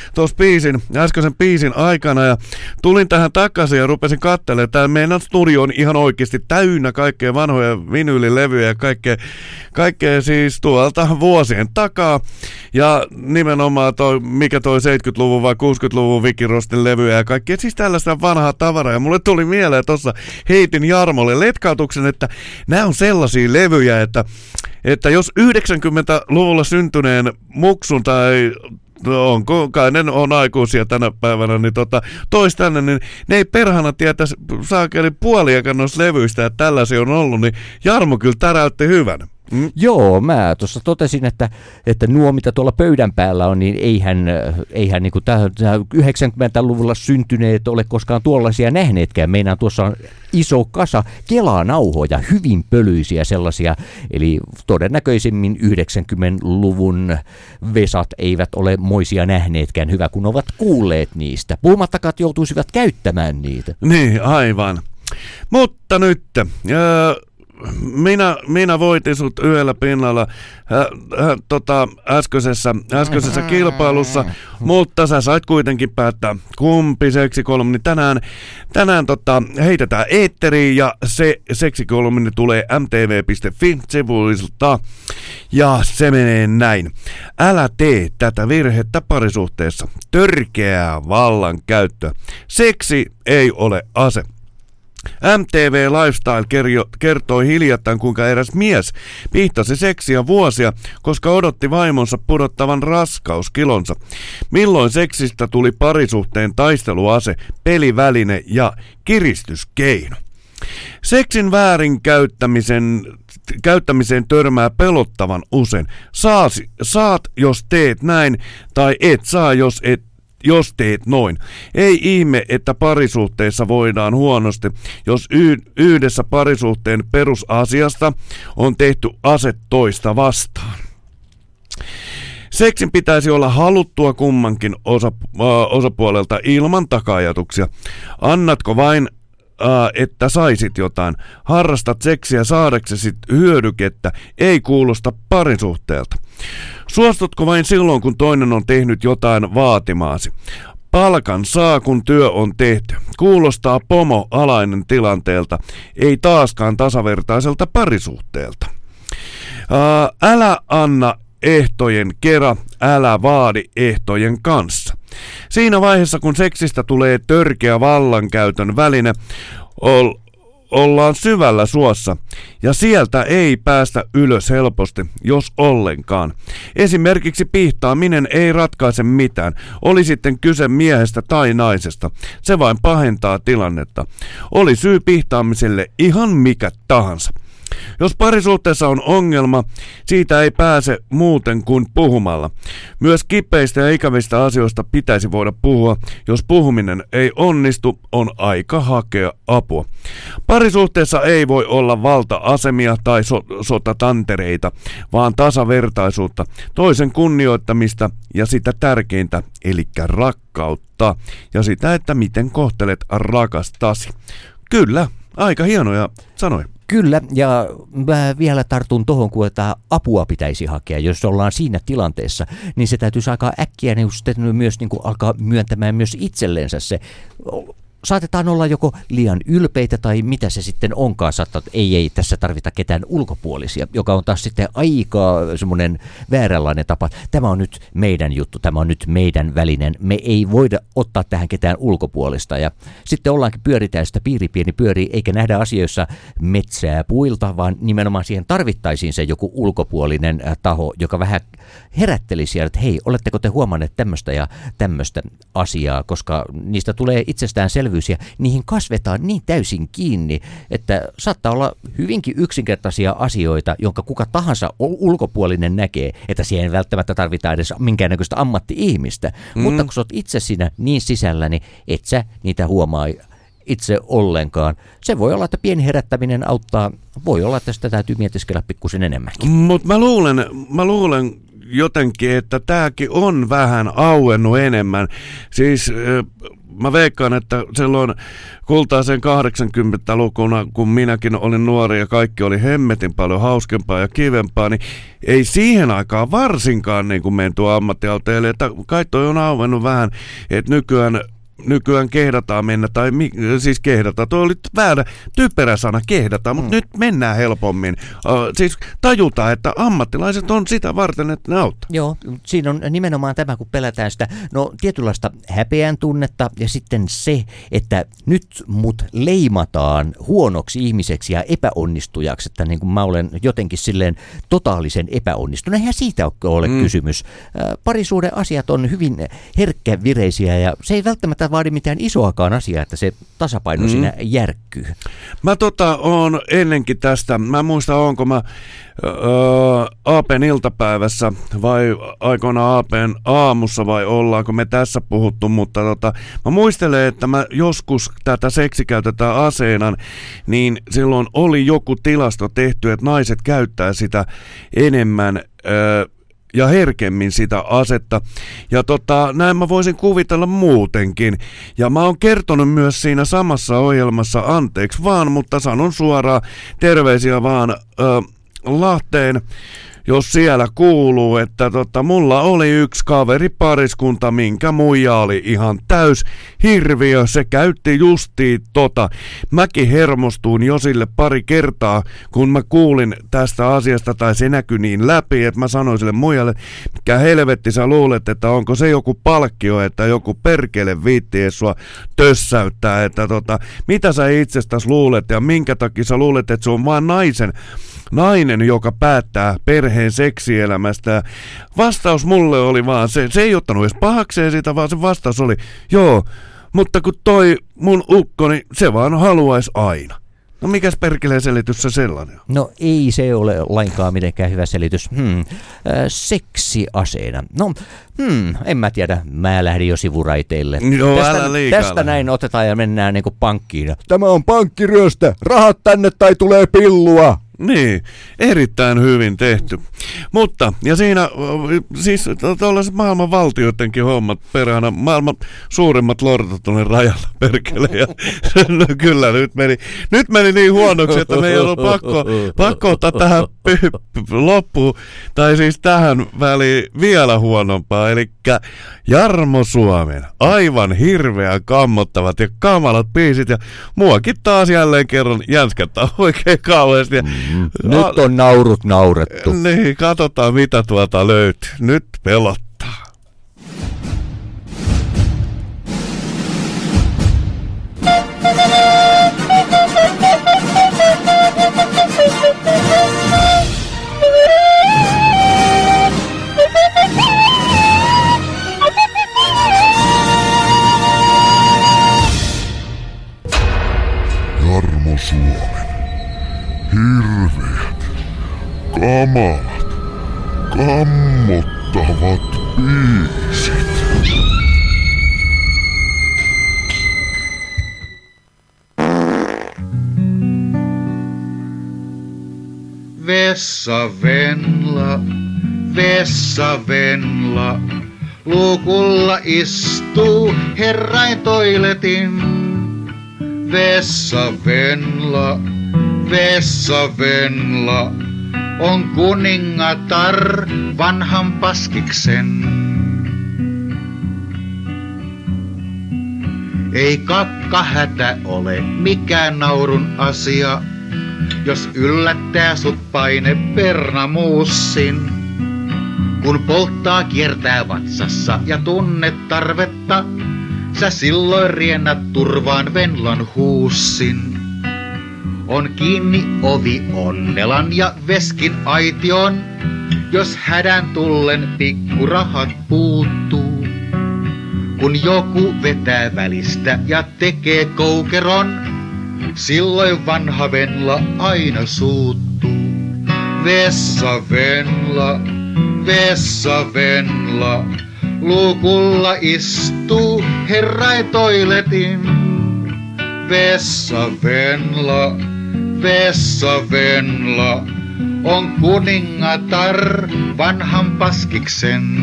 äskeisen biisin aikana ja tulin tähän takaisin ja rupesin katselemaan. Tää meidän studio on ihan oikeasti täynnä kaikkea vanhoja vinyylilevyjä ja kaikkea siis tuolta vuosien takaa. Ja nimenomaan mikä toi 70-luvun vai 60-luvun Vicky Rostin levyjä ja kaikkea. Siis tällaista vanhaa tavaraa. Ja mulle tuli mieleen tuossa, heitin Jarmolle letkautuksen, että nämä on sellaisia levyjä, että jos 90-luvulla syntyneen muksun tai onko, kai ne on aikuisia tänä päivänä, niin tois tänne, niin ne ei perhana tietäisi saakeli puoliakaan noista levyistä, että tällaisia on ollut, niin Jarmo kyllä täräytti hyvän. Joo, mä tuossa totesin, että nuo mitä tuolla pöydän päällä on, niin eihän niin kuin 90-luvulla syntyneet ole koskaan tuollaisia nähneetkään. Meinaan tuossa on iso kasa Kela-nauhoja, hyvin pölyisiä sellaisia, eli todennäköisimmin 90-luvun vesat eivät ole moisia nähneetkään, hyvä kun ovat kuulleet niistä. Puhumattakaan joutuisivat käyttämään niitä. Niin, aivan. Mutta nyt... Minä voitin sut yhdellä pinnalla äskeisessä kilpailussa, mutta sä sait kuitenkin päättää kumpi seksikolumni tänään heitetään eetteriin ja se seksikolumni tulee mtv.fi-sivuilta ja se menee näin. Älä tee tätä virhettä parisuhteessa. Törkeää vallankäyttöä. Seksi ei ole ase. MTV Lifestyle kertoi hiljattain, kuinka eräs mies pihtasi seksiä vuosia, koska odotti vaimonsa pudottavan raskauskilonsa. Milloin seksistä tuli parisuhteen taisteluase, peliväline ja kiristyskeino? Seksin väärinkäyttämiseen törmää pelottavan usein. Saat, jos teet näin, tai et saa, jos teet noin. Ei ihme, että parisuhteessa voidaan huonosti, jos yhdessä parisuhteen perusasiasta on tehty ase toista vastaan. Seksin pitäisi olla haluttua kummankin osapuolelta ilman taka-ajatuksia. Annatko vain, että saisit jotain? Harrastat seksiä saadaksesi hyödykettä, ei kuulosta parisuhteelta. Suostutko vain silloin, kun toinen on tehnyt jotain vaatimaasi? Palkan saa, kun työ on tehty. Kuulostaa pomo-alainen tilanteelta, ei taaskaan tasavertaiselta parisuhteelta. Älä anna ehtojen kera, älä vaadi ehtojen kanssa. Siinä vaiheessa, kun seksistä tulee törkeä vallankäytön väline, ollaan syvällä suossa, ja sieltä ei päästä ylös helposti, jos ollenkaan. Esimerkiksi pihtaaminen ei ratkaise mitään, oli sitten kyse miehestä tai naisesta. Se vain pahentaa tilannetta. Oli syy pihtaamiselle ihan mikä tahansa. Jos parisuhteessa on ongelma, siitä ei pääse muuten kuin puhumalla. Myös kipeistä ja ikävistä asioista pitäisi voida puhua. Jos puhuminen ei onnistu, on aika hakea apua. Parisuhteessa ei voi olla valta-asemia tai sotatantereita, vaan tasavertaisuutta, toisen kunnioittamista ja sitä tärkeintä, eli rakkautta ja sitä, että miten kohtelet rakastasi. Kyllä, aika hienoja sanoja. Kyllä, ja mä vielä tartun tuohon, kun apua pitäisi hakea. Jos ollaan siinä tilanteessa, niin se täytyisi aika äkkiä myös niin kuin alkaa myöntämään myös itsellensä saatetaan olla joko liian ylpeitä tai mitä se sitten onkaan saattaa, ei, tässä tarvita ketään ulkopuolisia, joka on taas sitten aika semmoinen vääränlainen tapa. Tämä on nyt meidän juttu, tämä on nyt meidän välinen, me ei voida ottaa tähän ketään ulkopuolista ja sitten ollaankin pyöritään sitä pieni pyörii, eikä nähdä asioissa metsää puilta, vaan nimenomaan siihen tarvittaisiin se joku ulkopuolinen taho, joka vähän herättelisi siellä, että hei, oletteko te huomanneet tämmöistä ja tämmöistä asiaa, koska niistä tulee itsestäänselvyys ja niihin kasvetaan niin täysin kiinni, että saattaa olla hyvinkin yksinkertaisia asioita, jonka kuka tahansa ulkopuolinen näkee, että siihen ei välttämättä tarvitaan edes minkäännäköistä ammatti-ihmistä, mutta kun sä oot itse siinä niin sisällä, niin et sä niitä huomaa itse ollenkaan. Se voi olla, että pieni herättäminen auttaa, voi olla, että sitä täytyy mietiskellä pikkusen enemmänkin. Mutta mä luulen jotenkin, että tääkin on vähän auennut enemmän. Siis mä veikkaan, että silloin kultaisen 80-lukuna, kun minäkin olin nuori ja kaikki oli hemmetin paljon hauskempaa ja kivempaa, niin ei siihen aikaan varsinkaan niin kuin menty ammattiauteille. Että kai toi on auennut vähän, että nykyään kehdataan mennä, tai siis kehdataan, tuo oli väärä, typerä sana kehdataan, mutta nyt mennään helpommin. Siis tajutaan, että ammattilaiset on sitä varten, että ne auttaa. Joo, siinä on nimenomaan tämä, kun pelätään sitä, tietynlaista häpeän tunnetta ja sitten se, että nyt mut leimataan huonoksi ihmiseksi ja epäonnistujaksi, että niin kuin mä olen jotenkin silleen totaalisen epäonnistunut. Eihän siitä ole kysymys. Parisuuden asiat on hyvin herkkävireisiä ja se ei välttämättä vaadi mitään isoakaan asiaa, että se tasapaino siinä järkkyy. Mä oon ennenkin tästä, mä muistan onko mä AP:n iltapäivässä vai aikoinaan AP:n aamussa vai ollaanko me tässä puhuttu, mutta mä muistelen, että mä joskus tätä seksikäytetään aseena, niin silloin oli joku tilasto tehty, että naiset käyttää sitä enemmän ja herkemmin sitä asetta. Ja näin mä voisin kuvitella muutenkin. Ja mä oon kertonut myös siinä samassa ohjelmassa, anteeksi vaan, mutta sanon suoraan terveisiä vaan Lahteen, jos siellä kuuluu, että mulla oli yksi kaveripariskunta, minkä muija oli ihan täys hirviö, se käytti justiin Mäkin hermostuin jo sille pari kertaa, kun mä kuulin tästä asiasta, tai se näkyi niin läpi, että mä sanoin sille muijalle, mikä helvetti sä luulet, että onko se joku palkkio, että joku perkele viittii sua tössäyttää, että mitä sä itsestäsi luulet ja minkä takia sä luulet, että se on vaan nainen, joka päättää perheen seksielämästä. Vastaus mulle oli vaan se ei ottanut edes pahakseen sitä, vaan se vastaus oli, joo, mutta kun toi mun ukkoni, se vaan haluaisi aina. No mikäs perkeleen selitys se sellainen? No ei se ole lainkaan mitenkään hyvä selitys. Seksiaseena. En mä tiedä. Mä lähdin jo sivuraiteille. Joo, tästä näin otetaan ja mennään niinku pankkiin. Tämä on pankkiryöstä. Rahat tänne tai tulee pillua. Niin, erittäin hyvin tehty. Mutta, ja siinä siis tuollaiset maailman valtioidenkin hommat perhana, maailman suurimmat lordot tuonne rajalla perkele. Ja, no kyllä, nyt meni niin huonoksi, että me ei ollut pakko ottaa tähän loppuun, tai siis tähän väliin vielä huonompaa, eli Jarmo Suomen aivan hirveän kammottavat ja kamalat biisit, ja muakin taas jälleen kerran jänskättää oikein kauheasti. Nyt on naurut naurettu. Niin, katsotaan mitä tuolta löytyy. Nyt pelottaa. Jarmo Suomen hirveät, kamalat, kammottavat biisit. Vessa-Venla, luukulla istuu herrain toiletin. Vessa-Venla, on kuningatar vanhan paskiksen. Ei kakkahätä ole mikään naurun asia, jos yllättää sut paine pernamuussin. Kun polttaa kiertää vatsassa ja tunnet tarvetta, sä silloin riennät turvaan Venlan huussin. On kiinni ovi Onnelan ja Veskin aition, jos hädän tullen pikkurahat puuttuu. Kun joku vetää välistä ja tekee koukeron, silloin vanha Venla aina suuttuu. Vessa Venla, Vessa Venla, luukulla istuu herrai toiletin. Vessa Venla, Vessa Venla, on kuningatar vanhan paskiksen.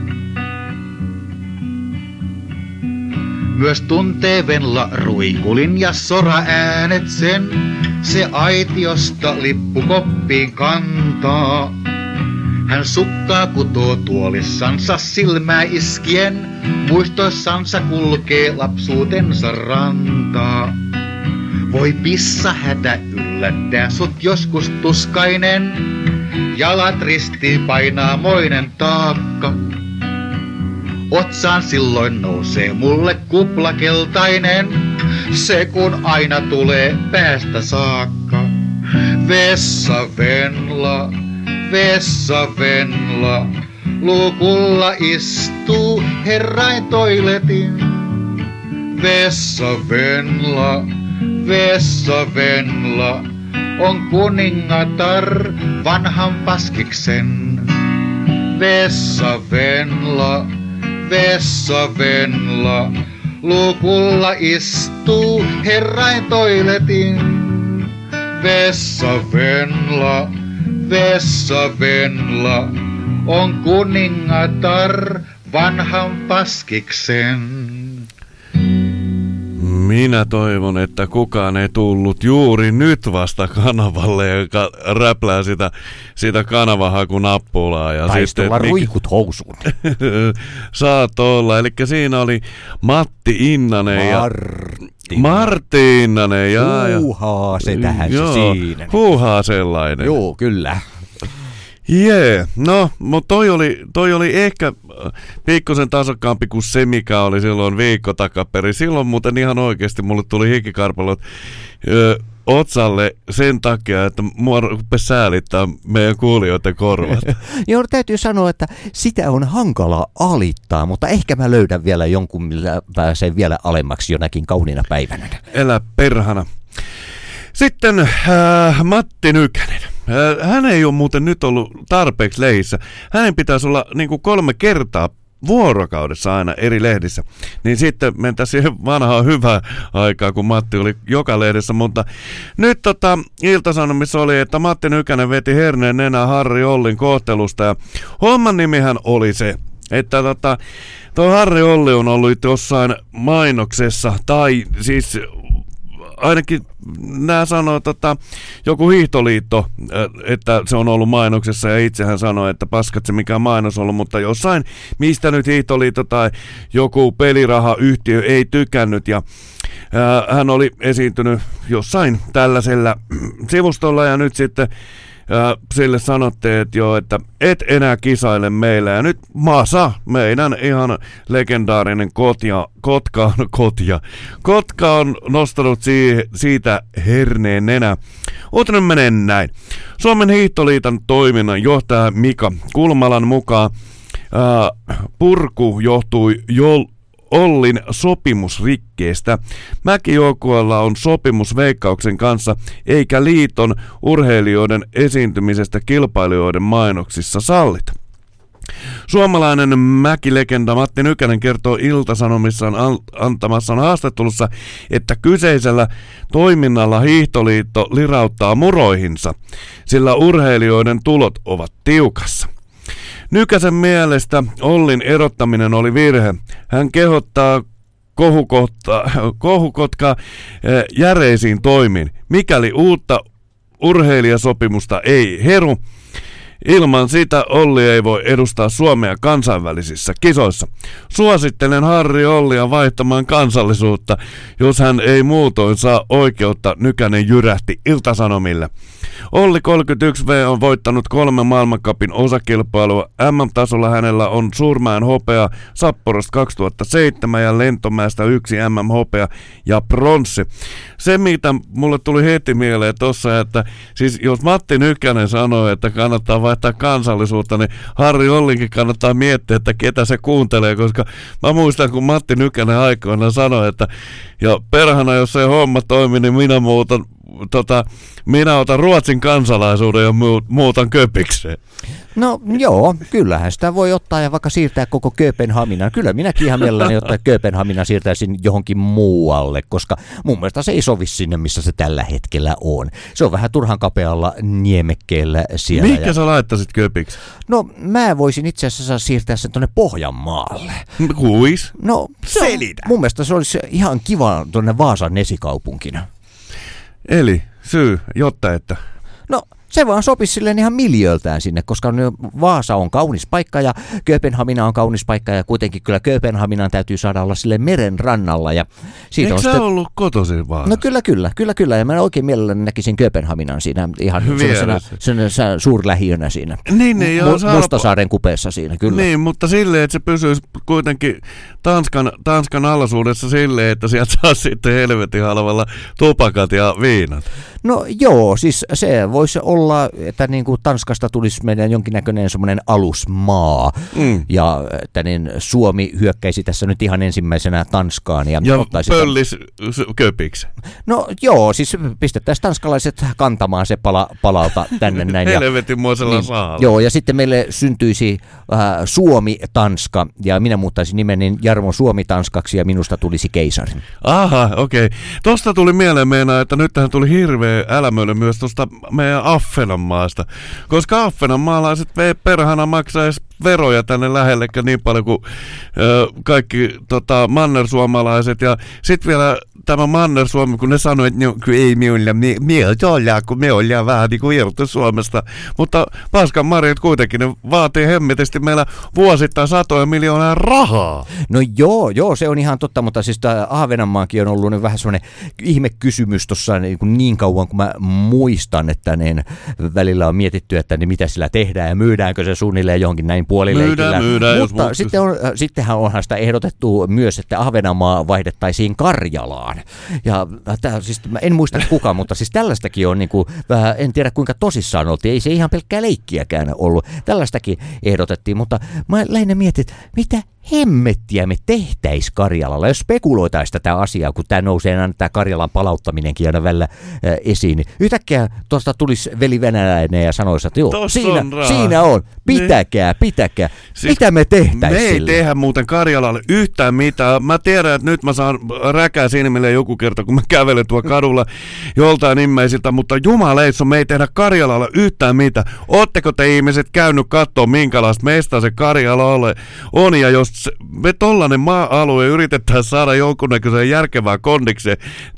Myös tuntee Venla ruikulin ja soraäänet sen, se aitiosta lippukoppiin kantaa. Hän sukkaa kutoo tuolissansa silmää iskien, muistoissansa kulkee lapsuutensa rantaa. Voi pissa hätä yllättää sut joskus tuskainen, jalat ristiin painaa moinen taakka. Otsaan silloin nousee mulle kupla keltainen, se kun aina tulee päästä saakka. Vessa Venla, Vessa Venla, luukulla istuu herrain toiletin. Vessa Venla, Vessa Venla, on kuningatar vanhan paskiksen. Vessa Venla, Vessa Venla, luukulla istuu herrain toiletin. Vessa Venla, Vessa Venla, on kuningatar vanhan paskiksen. Minä toivon, että kukaan ei tullut juuri nyt vasta kanavalle ja räplää sitä kanavahakunappulaa. Ja taistolla ruikut housuun. Saat olla. Eli siinä oli Matti Innanen Martti Innanen. Huuhaa se tähän joo, se siinä. Huuhaa sellainen. Joo, kyllä. Jee, no, mutta toi oli ehkä pikkusen tasokkaampi kuin se, mikä oli silloin viikko takaperi. Silloin muuten ihan oikeasti mulle tuli hikikarpalot otsalle sen takia, että mua rupesi säälittää meidän kuulijoiden korvat. Joo, täytyy sanoa, että sitä on hankala alittaa, mutta ehkä mä löydän vielä jonkun, millä pääsee vielä alemmaksi jonakin kauniina päivänä. Elä perhana. Sitten Matti Nykänen. Hän ei ole muuten nyt ollut tarpeeksi lehdissä. Hänen pitäisi olla niin kuin 3 kertaa vuorokaudessa aina eri lehdissä. Niin sitten mentäisiin siihen vanhaan hyvään aikaan, kun Matti oli joka lehdessä. Mutta nyt Ilta-Sanomissa oli, että Matti Nykänen veti herneen nenää Harri Ollin kohtelusta. Ja homman nimihän oli se, että tuo Harri Olli on ollut jossain mainoksessa, tai siis ainakin nämä sanoo, joku hiihtoliitto, että se on ollut mainoksessa, ja itse hän sanoi, että paskat se mikään mainos ollut, mutta jossain, mistä nyt hiihtoliitto tai joku pelirahayhtiö ei tykännyt, ja hän oli esiintynyt jossain tällaisella sivustolla, ja nyt sitten sille sanotte, että joo, että et enää kisaile meillä. Ja nyt Masa, meidän ihan legendaarinen Kotka on nostanut siitä herneen nenä. Uutinen menee näin. Suomen hiihtoliiton toiminnan johtaja Mika Kulmalan mukaan purku johtui Ollin sopimusrikkeestä. Mäkijoukkueella on sopimus Veikkauksen kanssa, eikä liiton urheilijoiden esiintymisestä kilpailijoiden mainoksissa sallita. Suomalainen mäkilegenda Matti Nykänen kertoo Ilta-Sanomissaan antamassaan haastattelussa, että kyseisellä toiminnalla hiihtoliitto lirauttaa muroihinsa, sillä urheilijoiden tulot ovat tiukassa. Nykäsen mielestä Ollin erottaminen oli virhe. Hän kehottaa Kohukotkaa järeisiin toimiin, mikäli uutta urheilijasopimusta ei heru. Ilman sitä Olli ei voi edustaa Suomea kansainvälisissä kisoissa. Suosittelen Harri Ollia vaihtamaan kansallisuutta, jos hän ei muutoin saa oikeutta, Nykänen jyrähti Ilta-Sanomille. Olli 31V on voittanut 3 maailmancupin osakilpailua. MM-tasolla hänellä on Suurmäen hopea Sapporosta 2007 ja Lentomäestä 1 MM-hopea ja pronssi. Se, mitä mulle tuli heti mieleen tossa, että siis jos Matti Nykänen sanoo, että kannattaa vaihtaa kansallisuutta, niin Harri Ollinkin kannattaa miettiä, että ketä se kuuntelee, koska mä muistan, kun Matti Nykänen aikoinaan sanoi, että ja perhana, jos ei homma toimi, niin minä otan Ruotsin kansalaisuuden ja muutan Köpikseen. No joo, kyllähän sitä voi ottaa ja vaikka siirtää koko Kööpenhaminaan. Kyllä minäkin ihan mielelläni ottaa Kööpenhaminan siirtäisin johonkin muualle, koska mun mielestä se ei sovi sinne, missä se tällä hetkellä on. Se on vähän turhan kapealla niemekkeellä siellä. Mihinkä sä laittaisit Köpikseen? No mä voisin itse asiassa siirtää sen tuonne Pohjanmaalle. Kuis? No selitä. Mun mielestä se olisi ihan kiva tuonne Vaasan esikaupunkina. Eli syy, jotta että... No se vaan sopisi silleen ihan miljööltään sinne, koska Vaasa on kaunis paikka ja Kööpenhamina on kaunis paikka ja kuitenkin kyllä Kööpenhaminan täytyy saada olla silleen meren rannalla. Ja siitä eikö sä ollut kotoisin Vaasassa? No kyllä ja mä oikein mielelläni näkisin Kööpenhaminan siinä ihan sellaisena suurlähiönä siinä. Niin, Mustasaaren kupeessa siinä, kyllä. Niin, mutta silleen, että se pysyisi kuitenkin Tanskan alaisuudessa silleen, että sieltä saa sitten helvetin halvalla tupakat ja viinat. No joo, siis se voisi olla, että niin kuin Tanskasta tulisi meidän jonkinnäköinen semmoinen alusmaa, ja että niin Suomi hyökkäisi tässä nyt ihan ensimmäisenä Tanskaan. Ja pöllis Köpiksi. No joo, siis pistettäisiin tanskalaiset kantamaan se palalta tänne näin. Helvetinmoisella saalla. Joo, ja sitten meille syntyisi Suomi-Tanska, ja minä muuttaisin nimeni Jarmo Suomi-Tanskaksi, ja minusta tulisi keisari. Aha, okei. Tosta tuli mieleen meinaa, että nyt tähän tuli hirveä älämöily myös tuosta meidän Ahvenanmaasta, koska ahvenanmaalaiset perhana maksaa edes veroja tänne lähellekään niin paljon kuin kaikki mannersuomalaiset, ja sitten vielä tämä Manner-Suomi, kun ne sanoi, että ei mieltä kun me ollaan vähän niin kuin irti Suomesta, mutta paskan marjat kuitenkin, ne vaatii hemmetisti meillä vuosittain 100 miljoonaa rahaa. No joo, se on ihan totta, mutta siis Ahvenanmaakin on ollut niin vähän semmoinen ihmekysymys tuossa niin kauan, kun mä muistan, että niin välillä on mietitty, että niin mitä sillä tehdään ja myydäänkö se suunnilleen johonkin näin puolileikillä. Myydään, mutta sittenhän onhan sitä ehdotettu myös, että Ahvenanmaa vaihdettaisiin Karjalaan. Ja siis mä en muista kuka, mutta siis tällaistakin on niin kuin, en tiedä kuinka tosissaan oltiin, ei se ihan pelkkää leikkiäkään ollut. Tällaistakin ehdotettiin, mutta mä lähinnä mietin, että mitä hemmettiä me tehtäis Karjalalla, jos spekuloitaisiin tätä asiaa, kun tämä nousee aina tämä Karjalan palauttaminenkin aina välillä esiin. Niin yhtäkkiä tuosta tulisi veli venäläinen ja sanoisi, että joo, siinä on, pitäkää. Siis mitä me tehtäis me ei sille? tehdä muuten Karjalalle yhtään mitään. Mä tiedän, että nyt mä saan räkää silmille joku kerta, kun mä kävelen tuolla kadulla joltain immeisiltä, mutta jumaleissa me ei tehdä Karjalalle yhtään mitään. Ootteko te ihmiset käynyt katsoa, minkälaista meistä se Karjala on, ja jos me tollanen maa-alue yritetään saada jonkunnäköiseen järkevään kondikseen,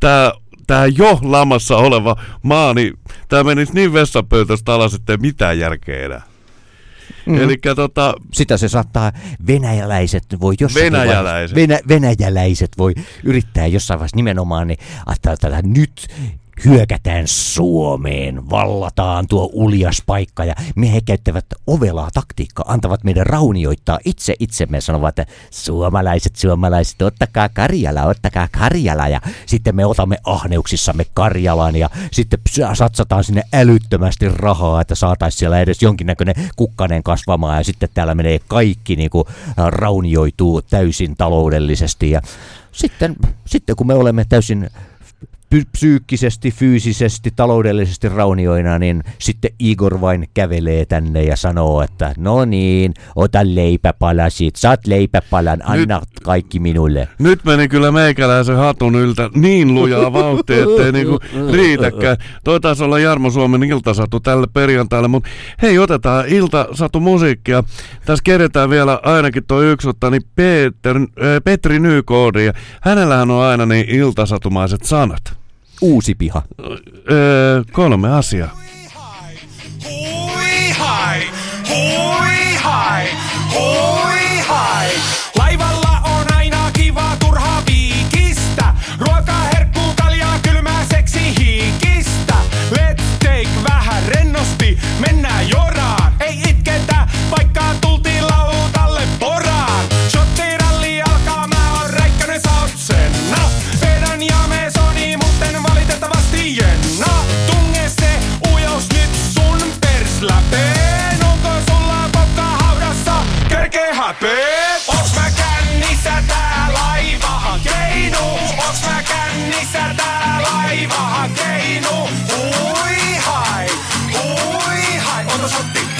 tää jo lamassa oleva maa, niin tää menisi niin vessanpöytästä alas, ettei mitään järkeä enää. Elikkä sitä se saattaa venäläiset voi jossain venäläiset voi yrittää jossain vaiheessa nimenomaan, niin tätä nyt hyökätään Suomeen, vallataan tuo uljas paikka ja he käyttävät ovelaa taktiikkaa, antavat meidän raunioittaa itsemme, sanovat, että suomalaiset, ottakaa Karjala ja sitten me otamme ahneuksissamme Karjalan ja sitten satsataan sinne älyttömästi rahaa, että saataisiin siellä edes jonkinnäköinen kukkanen kasvamaan ja sitten täällä menee kaikki niin kuin raunioituu täysin taloudellisesti ja sitten kun me olemme täysin psyykkisesti, fyysisesti, taloudellisesti raunioina, niin sitten Igor vain kävelee tänne ja sanoo, että no niin, ota leipäpalasit, saat leipäpalan, anna kaikki minulle. Nyt meni kyllä meikäläisen hatun yltä niin lujaa vauhtia, ettei niinku riitäkään. Toi taisi olla Jarmo Suomen iltasatu tälle perjantaille, mutta hei, otetaan iltasatu musiikkia. Tässä keretään vielä ainakin toi yksi ottaa, niin Petri Nykoodi, ja hänellähän on aina niin iltasatumaiset sanat. Uusi piha. 3 asiaa. Hui hai,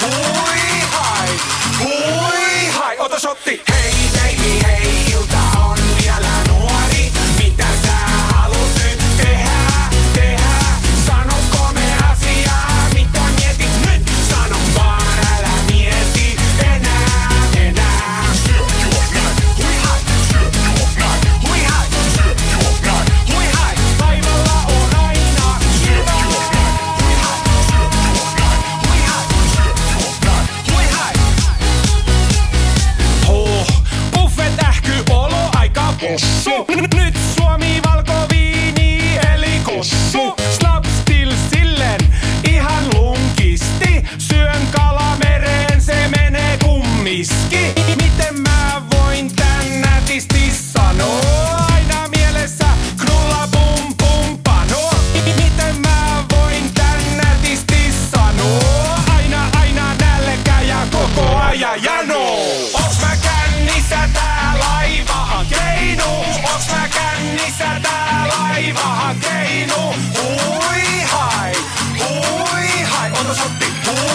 hui hai, ota shotti. Hei baby, hei, ilta on vielä nuori. Mitä sä haluut nyt tehdä? Sanotko me asiaa, mitä mietit nyt? Sano vaan, älä mieti enää. Syö juo näin, hui hai, syö juo näin, hui hai, syö juo näin, hui hai. Laivalla on aina kiva. Syö juo näin, hui hai, syö juo näin, hui hai, syö juo näin, hui hai. Buffet-ähky olo aika possu. Nyt Suomi valkoviini eli kossu. Slap still sillen ihan lunkisti. Syön kalamereen, se menee kummiski. Miten mä voin tän nätisti sanoa? Aina mielessä knulla pum pum pano. Miten mä voin tän nätisti sanoa? Aina nälkä ja koko ajan jano. Onks mä kännissä tää laivahan keinu? Onks mä kännissä tää laivahan keinu? Hui hai, ota shotti.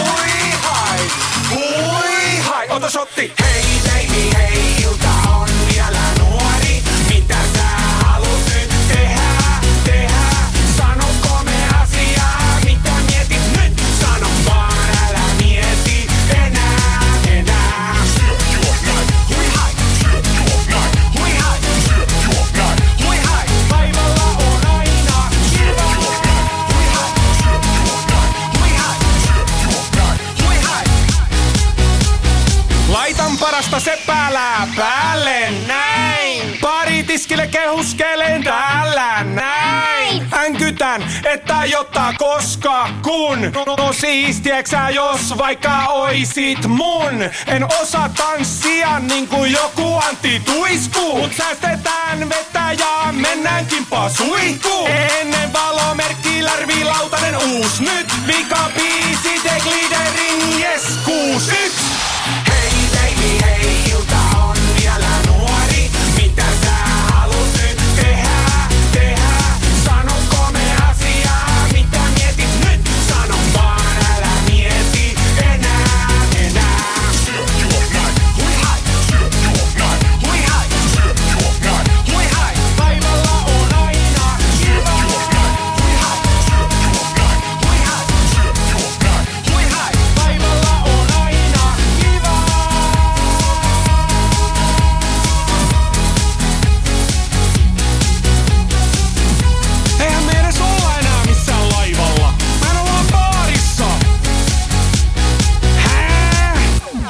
Hui hai, ota shotti. Hei baby, hei, ilta on vielä nuori. Mitä sä haluut nyt tehdä? Sanotko me asiaa, mitä mietit nyt? Sano vaan, älä mieti enää. Syö juo näin, hui hai, syö juo näin, hui hai, syö juo näin, hui hai. Laivalla on aina kiva. Syö näin, hui hai, syö juo näin, hui hai, syö juo näin, hui hai. Laitan parasta seppälää päälle, näin. Paritiskille kehuskelen täällä, näin. Hänkytän, että jotta koska kun. No siistieksä, jos vaikka oisit mun. En osaa tanssia niinku joku Antti Tuisku. Mut säästetään vettä ja mennään kimppaa suihkuun. Ennen valomerkki Lärvi Lautanen uus nyt. Vikabiisi The Gliderin yes 61. Hei baby, hei, ilta on vielä nuori. Mitä sä haluut nyt tehdä? Sanotko me asiaa, mitä mietit nyt? Sano vaan, älä mieti enää. Syö juo näin, hui hai, syö juo näin, hui hai, syö juo näin, hui hai. Laivalla on aina kiva. Juo näin, hui hai, syö juo näin, hui hai, syö juo näin, hui hai. Laivalla on aina kiva. Eihän me edes olla enää missään laivalla. Mä ollaan baarissa. Hää?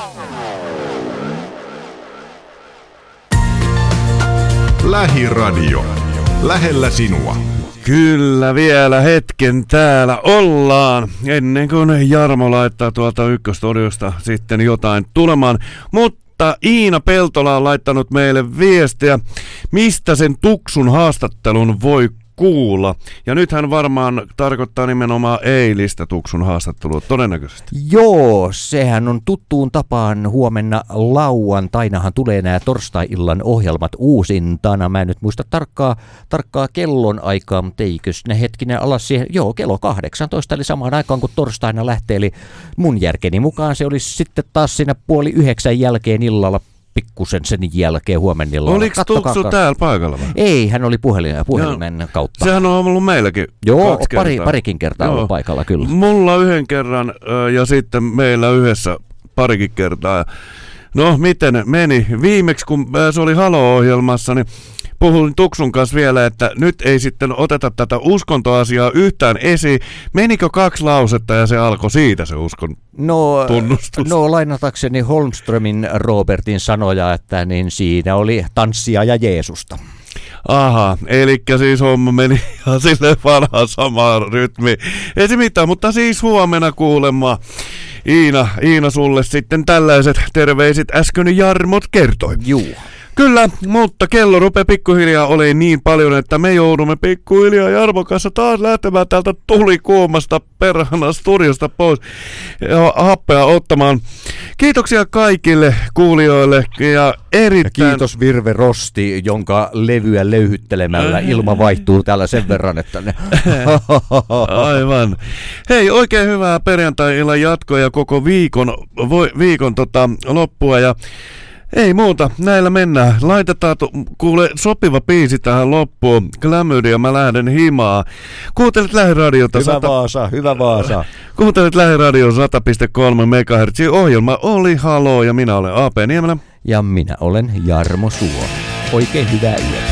Lähiradio. Lähellä sinua. Kyllä vielä hetken täällä ollaan, ennen kuin Jarmo laittaa tuolta ykköstudiosta sitten jotain tulemaan. Mutta Iina Peltola on laittanut meille viestiä, mistä sen Tuksun haastattelun voi kuulla. Ja nyt hän varmaan tarkoittaa nimenomaan eilistä Tuksun haastattelua, todennäköisesti. Joo, sehän on tuttuun tapaan huomenna lauantainahan tulee nämä torstai-illan ohjelmat uusintana. Mä en nyt muista tarkkaa kellon aikaa, mutta eikös ne hetkinen alas siihen. Joo, kello 18, eli samaan aikaan kuin torstaina lähtee. Eli mun järkeni mukaan se olisi sitten taas siinä 8:30 jälkeen illalla. Pikkusen sen jälkeen huomennilla. Oliko Tuksu täällä paikalla vai? Ei, hän oli puhelimen kautta. Sehän on ollut meilläkin Joo, parikin kertaa ollut paikalla, kyllä. Mulla yhden kerran ja sitten meillä yhdessä parikin kertaa. No, miten meni? Viimeksi, kun se oli Halo-ohjelmassa, niin puhuin Tuksun kanssa vielä, että nyt ei sitten oteta tätä uskontoasiaa yhtään esiin. Menikö 2 lausetta ja se alkoi siitä se uskon tunnustus? No, lainatakseni Holmströmin Robertin sanoja, että niin siinä oli tanssia ja Jeesusta. Aha, eli siis homma meni ihan silleen vanhaan samaan rytmiin. Ei se mitään, mutta siis huomenna kuulemma Iina sulle sitten tällaiset terveiset äsken Jarmot kertoi. Juu. Kyllä, mutta kello rupeaa pikkuhiljaa olemaan niin paljon, että me joudumme pikkuhiljaa Jarmon kanssa taas lähtemään täältä tulikuumasta perhana studiosta pois ja happea ottamaan. Kiitoksia kaikille kuulijoille ja erittäin... Ja kiitos Virve Rosti, jonka levyä löyhyttelemällä ilma vaihtuu täällä sen verran, että ne... Aivan. Hei, oikein hyvää perjantai-illan jatkoa ja koko viikon loppua ja ei muuta, näillä mennään. Laitetaan kuule sopiva biisi tähän loppuun. Klamydia, mä lähden himaa. Kuuntelet Lähiradiota. Hyvä Vaasa. Kuuntelet Lähiradio 100.3 MHz. Ohjelma oli Haloo ja minä olen A.P. Niemelä. Ja minä olen Jarmo Suo. Oikein hyvää yötä.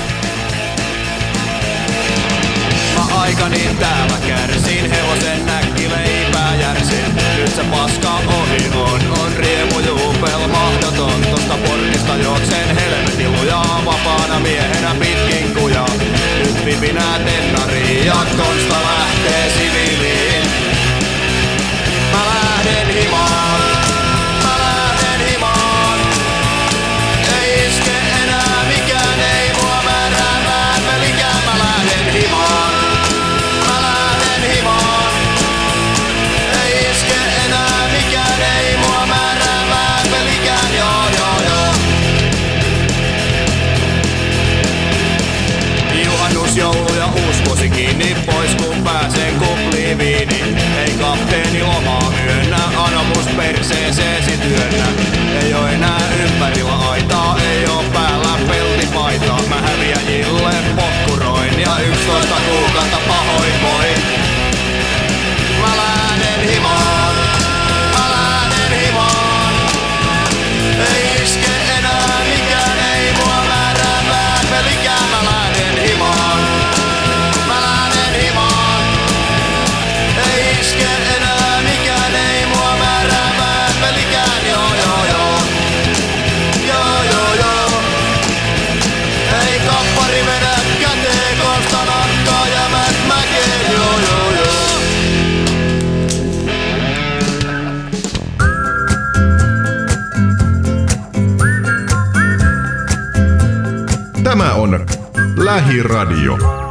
Mä aikani täällä kärsin, hevosen näkkileipää järsin. Nyt se paska ohi on riemu juupel mahdoton. Tosta portista juoksen helvetin lujaa, vapaana miehenä pitkin kujaa. Nyt vipinää tennariin ja Konsta lähtee siviiliin. Mä lähden himaan, mä lähden himaan. Ei iske enää mikään, ei mua määräämään pelikään. Mä lähden himaan, mä lähden himaan. Ei iske enää mikään, ei mua määräämään pelikään. Joo. Juhannus, joulu ja uusvuosi kiinni, pois kun pääsen kupliin viini. Ei kapteeni lomaa myönnä, anomus perseeseesi työnnä. Ei oo enää ympärillä aitaa, ei oo päällä peltipaitaa. Mä häviäjille pokkuroin ja 11 kuukautta pahoinvoin. Mä lähden himaan, mä lähden himaan. Ei iske enää mikään, ei mua määräämään pelikään. Mä lähden himaan, mä lähden himaan. Ei iske enää mikään, ei mua määräämään pelikään. Joo. Ei kappari vedä käteen, Konsta nakkaa ja mäkeen. Joo. Tämä on Lähiradio.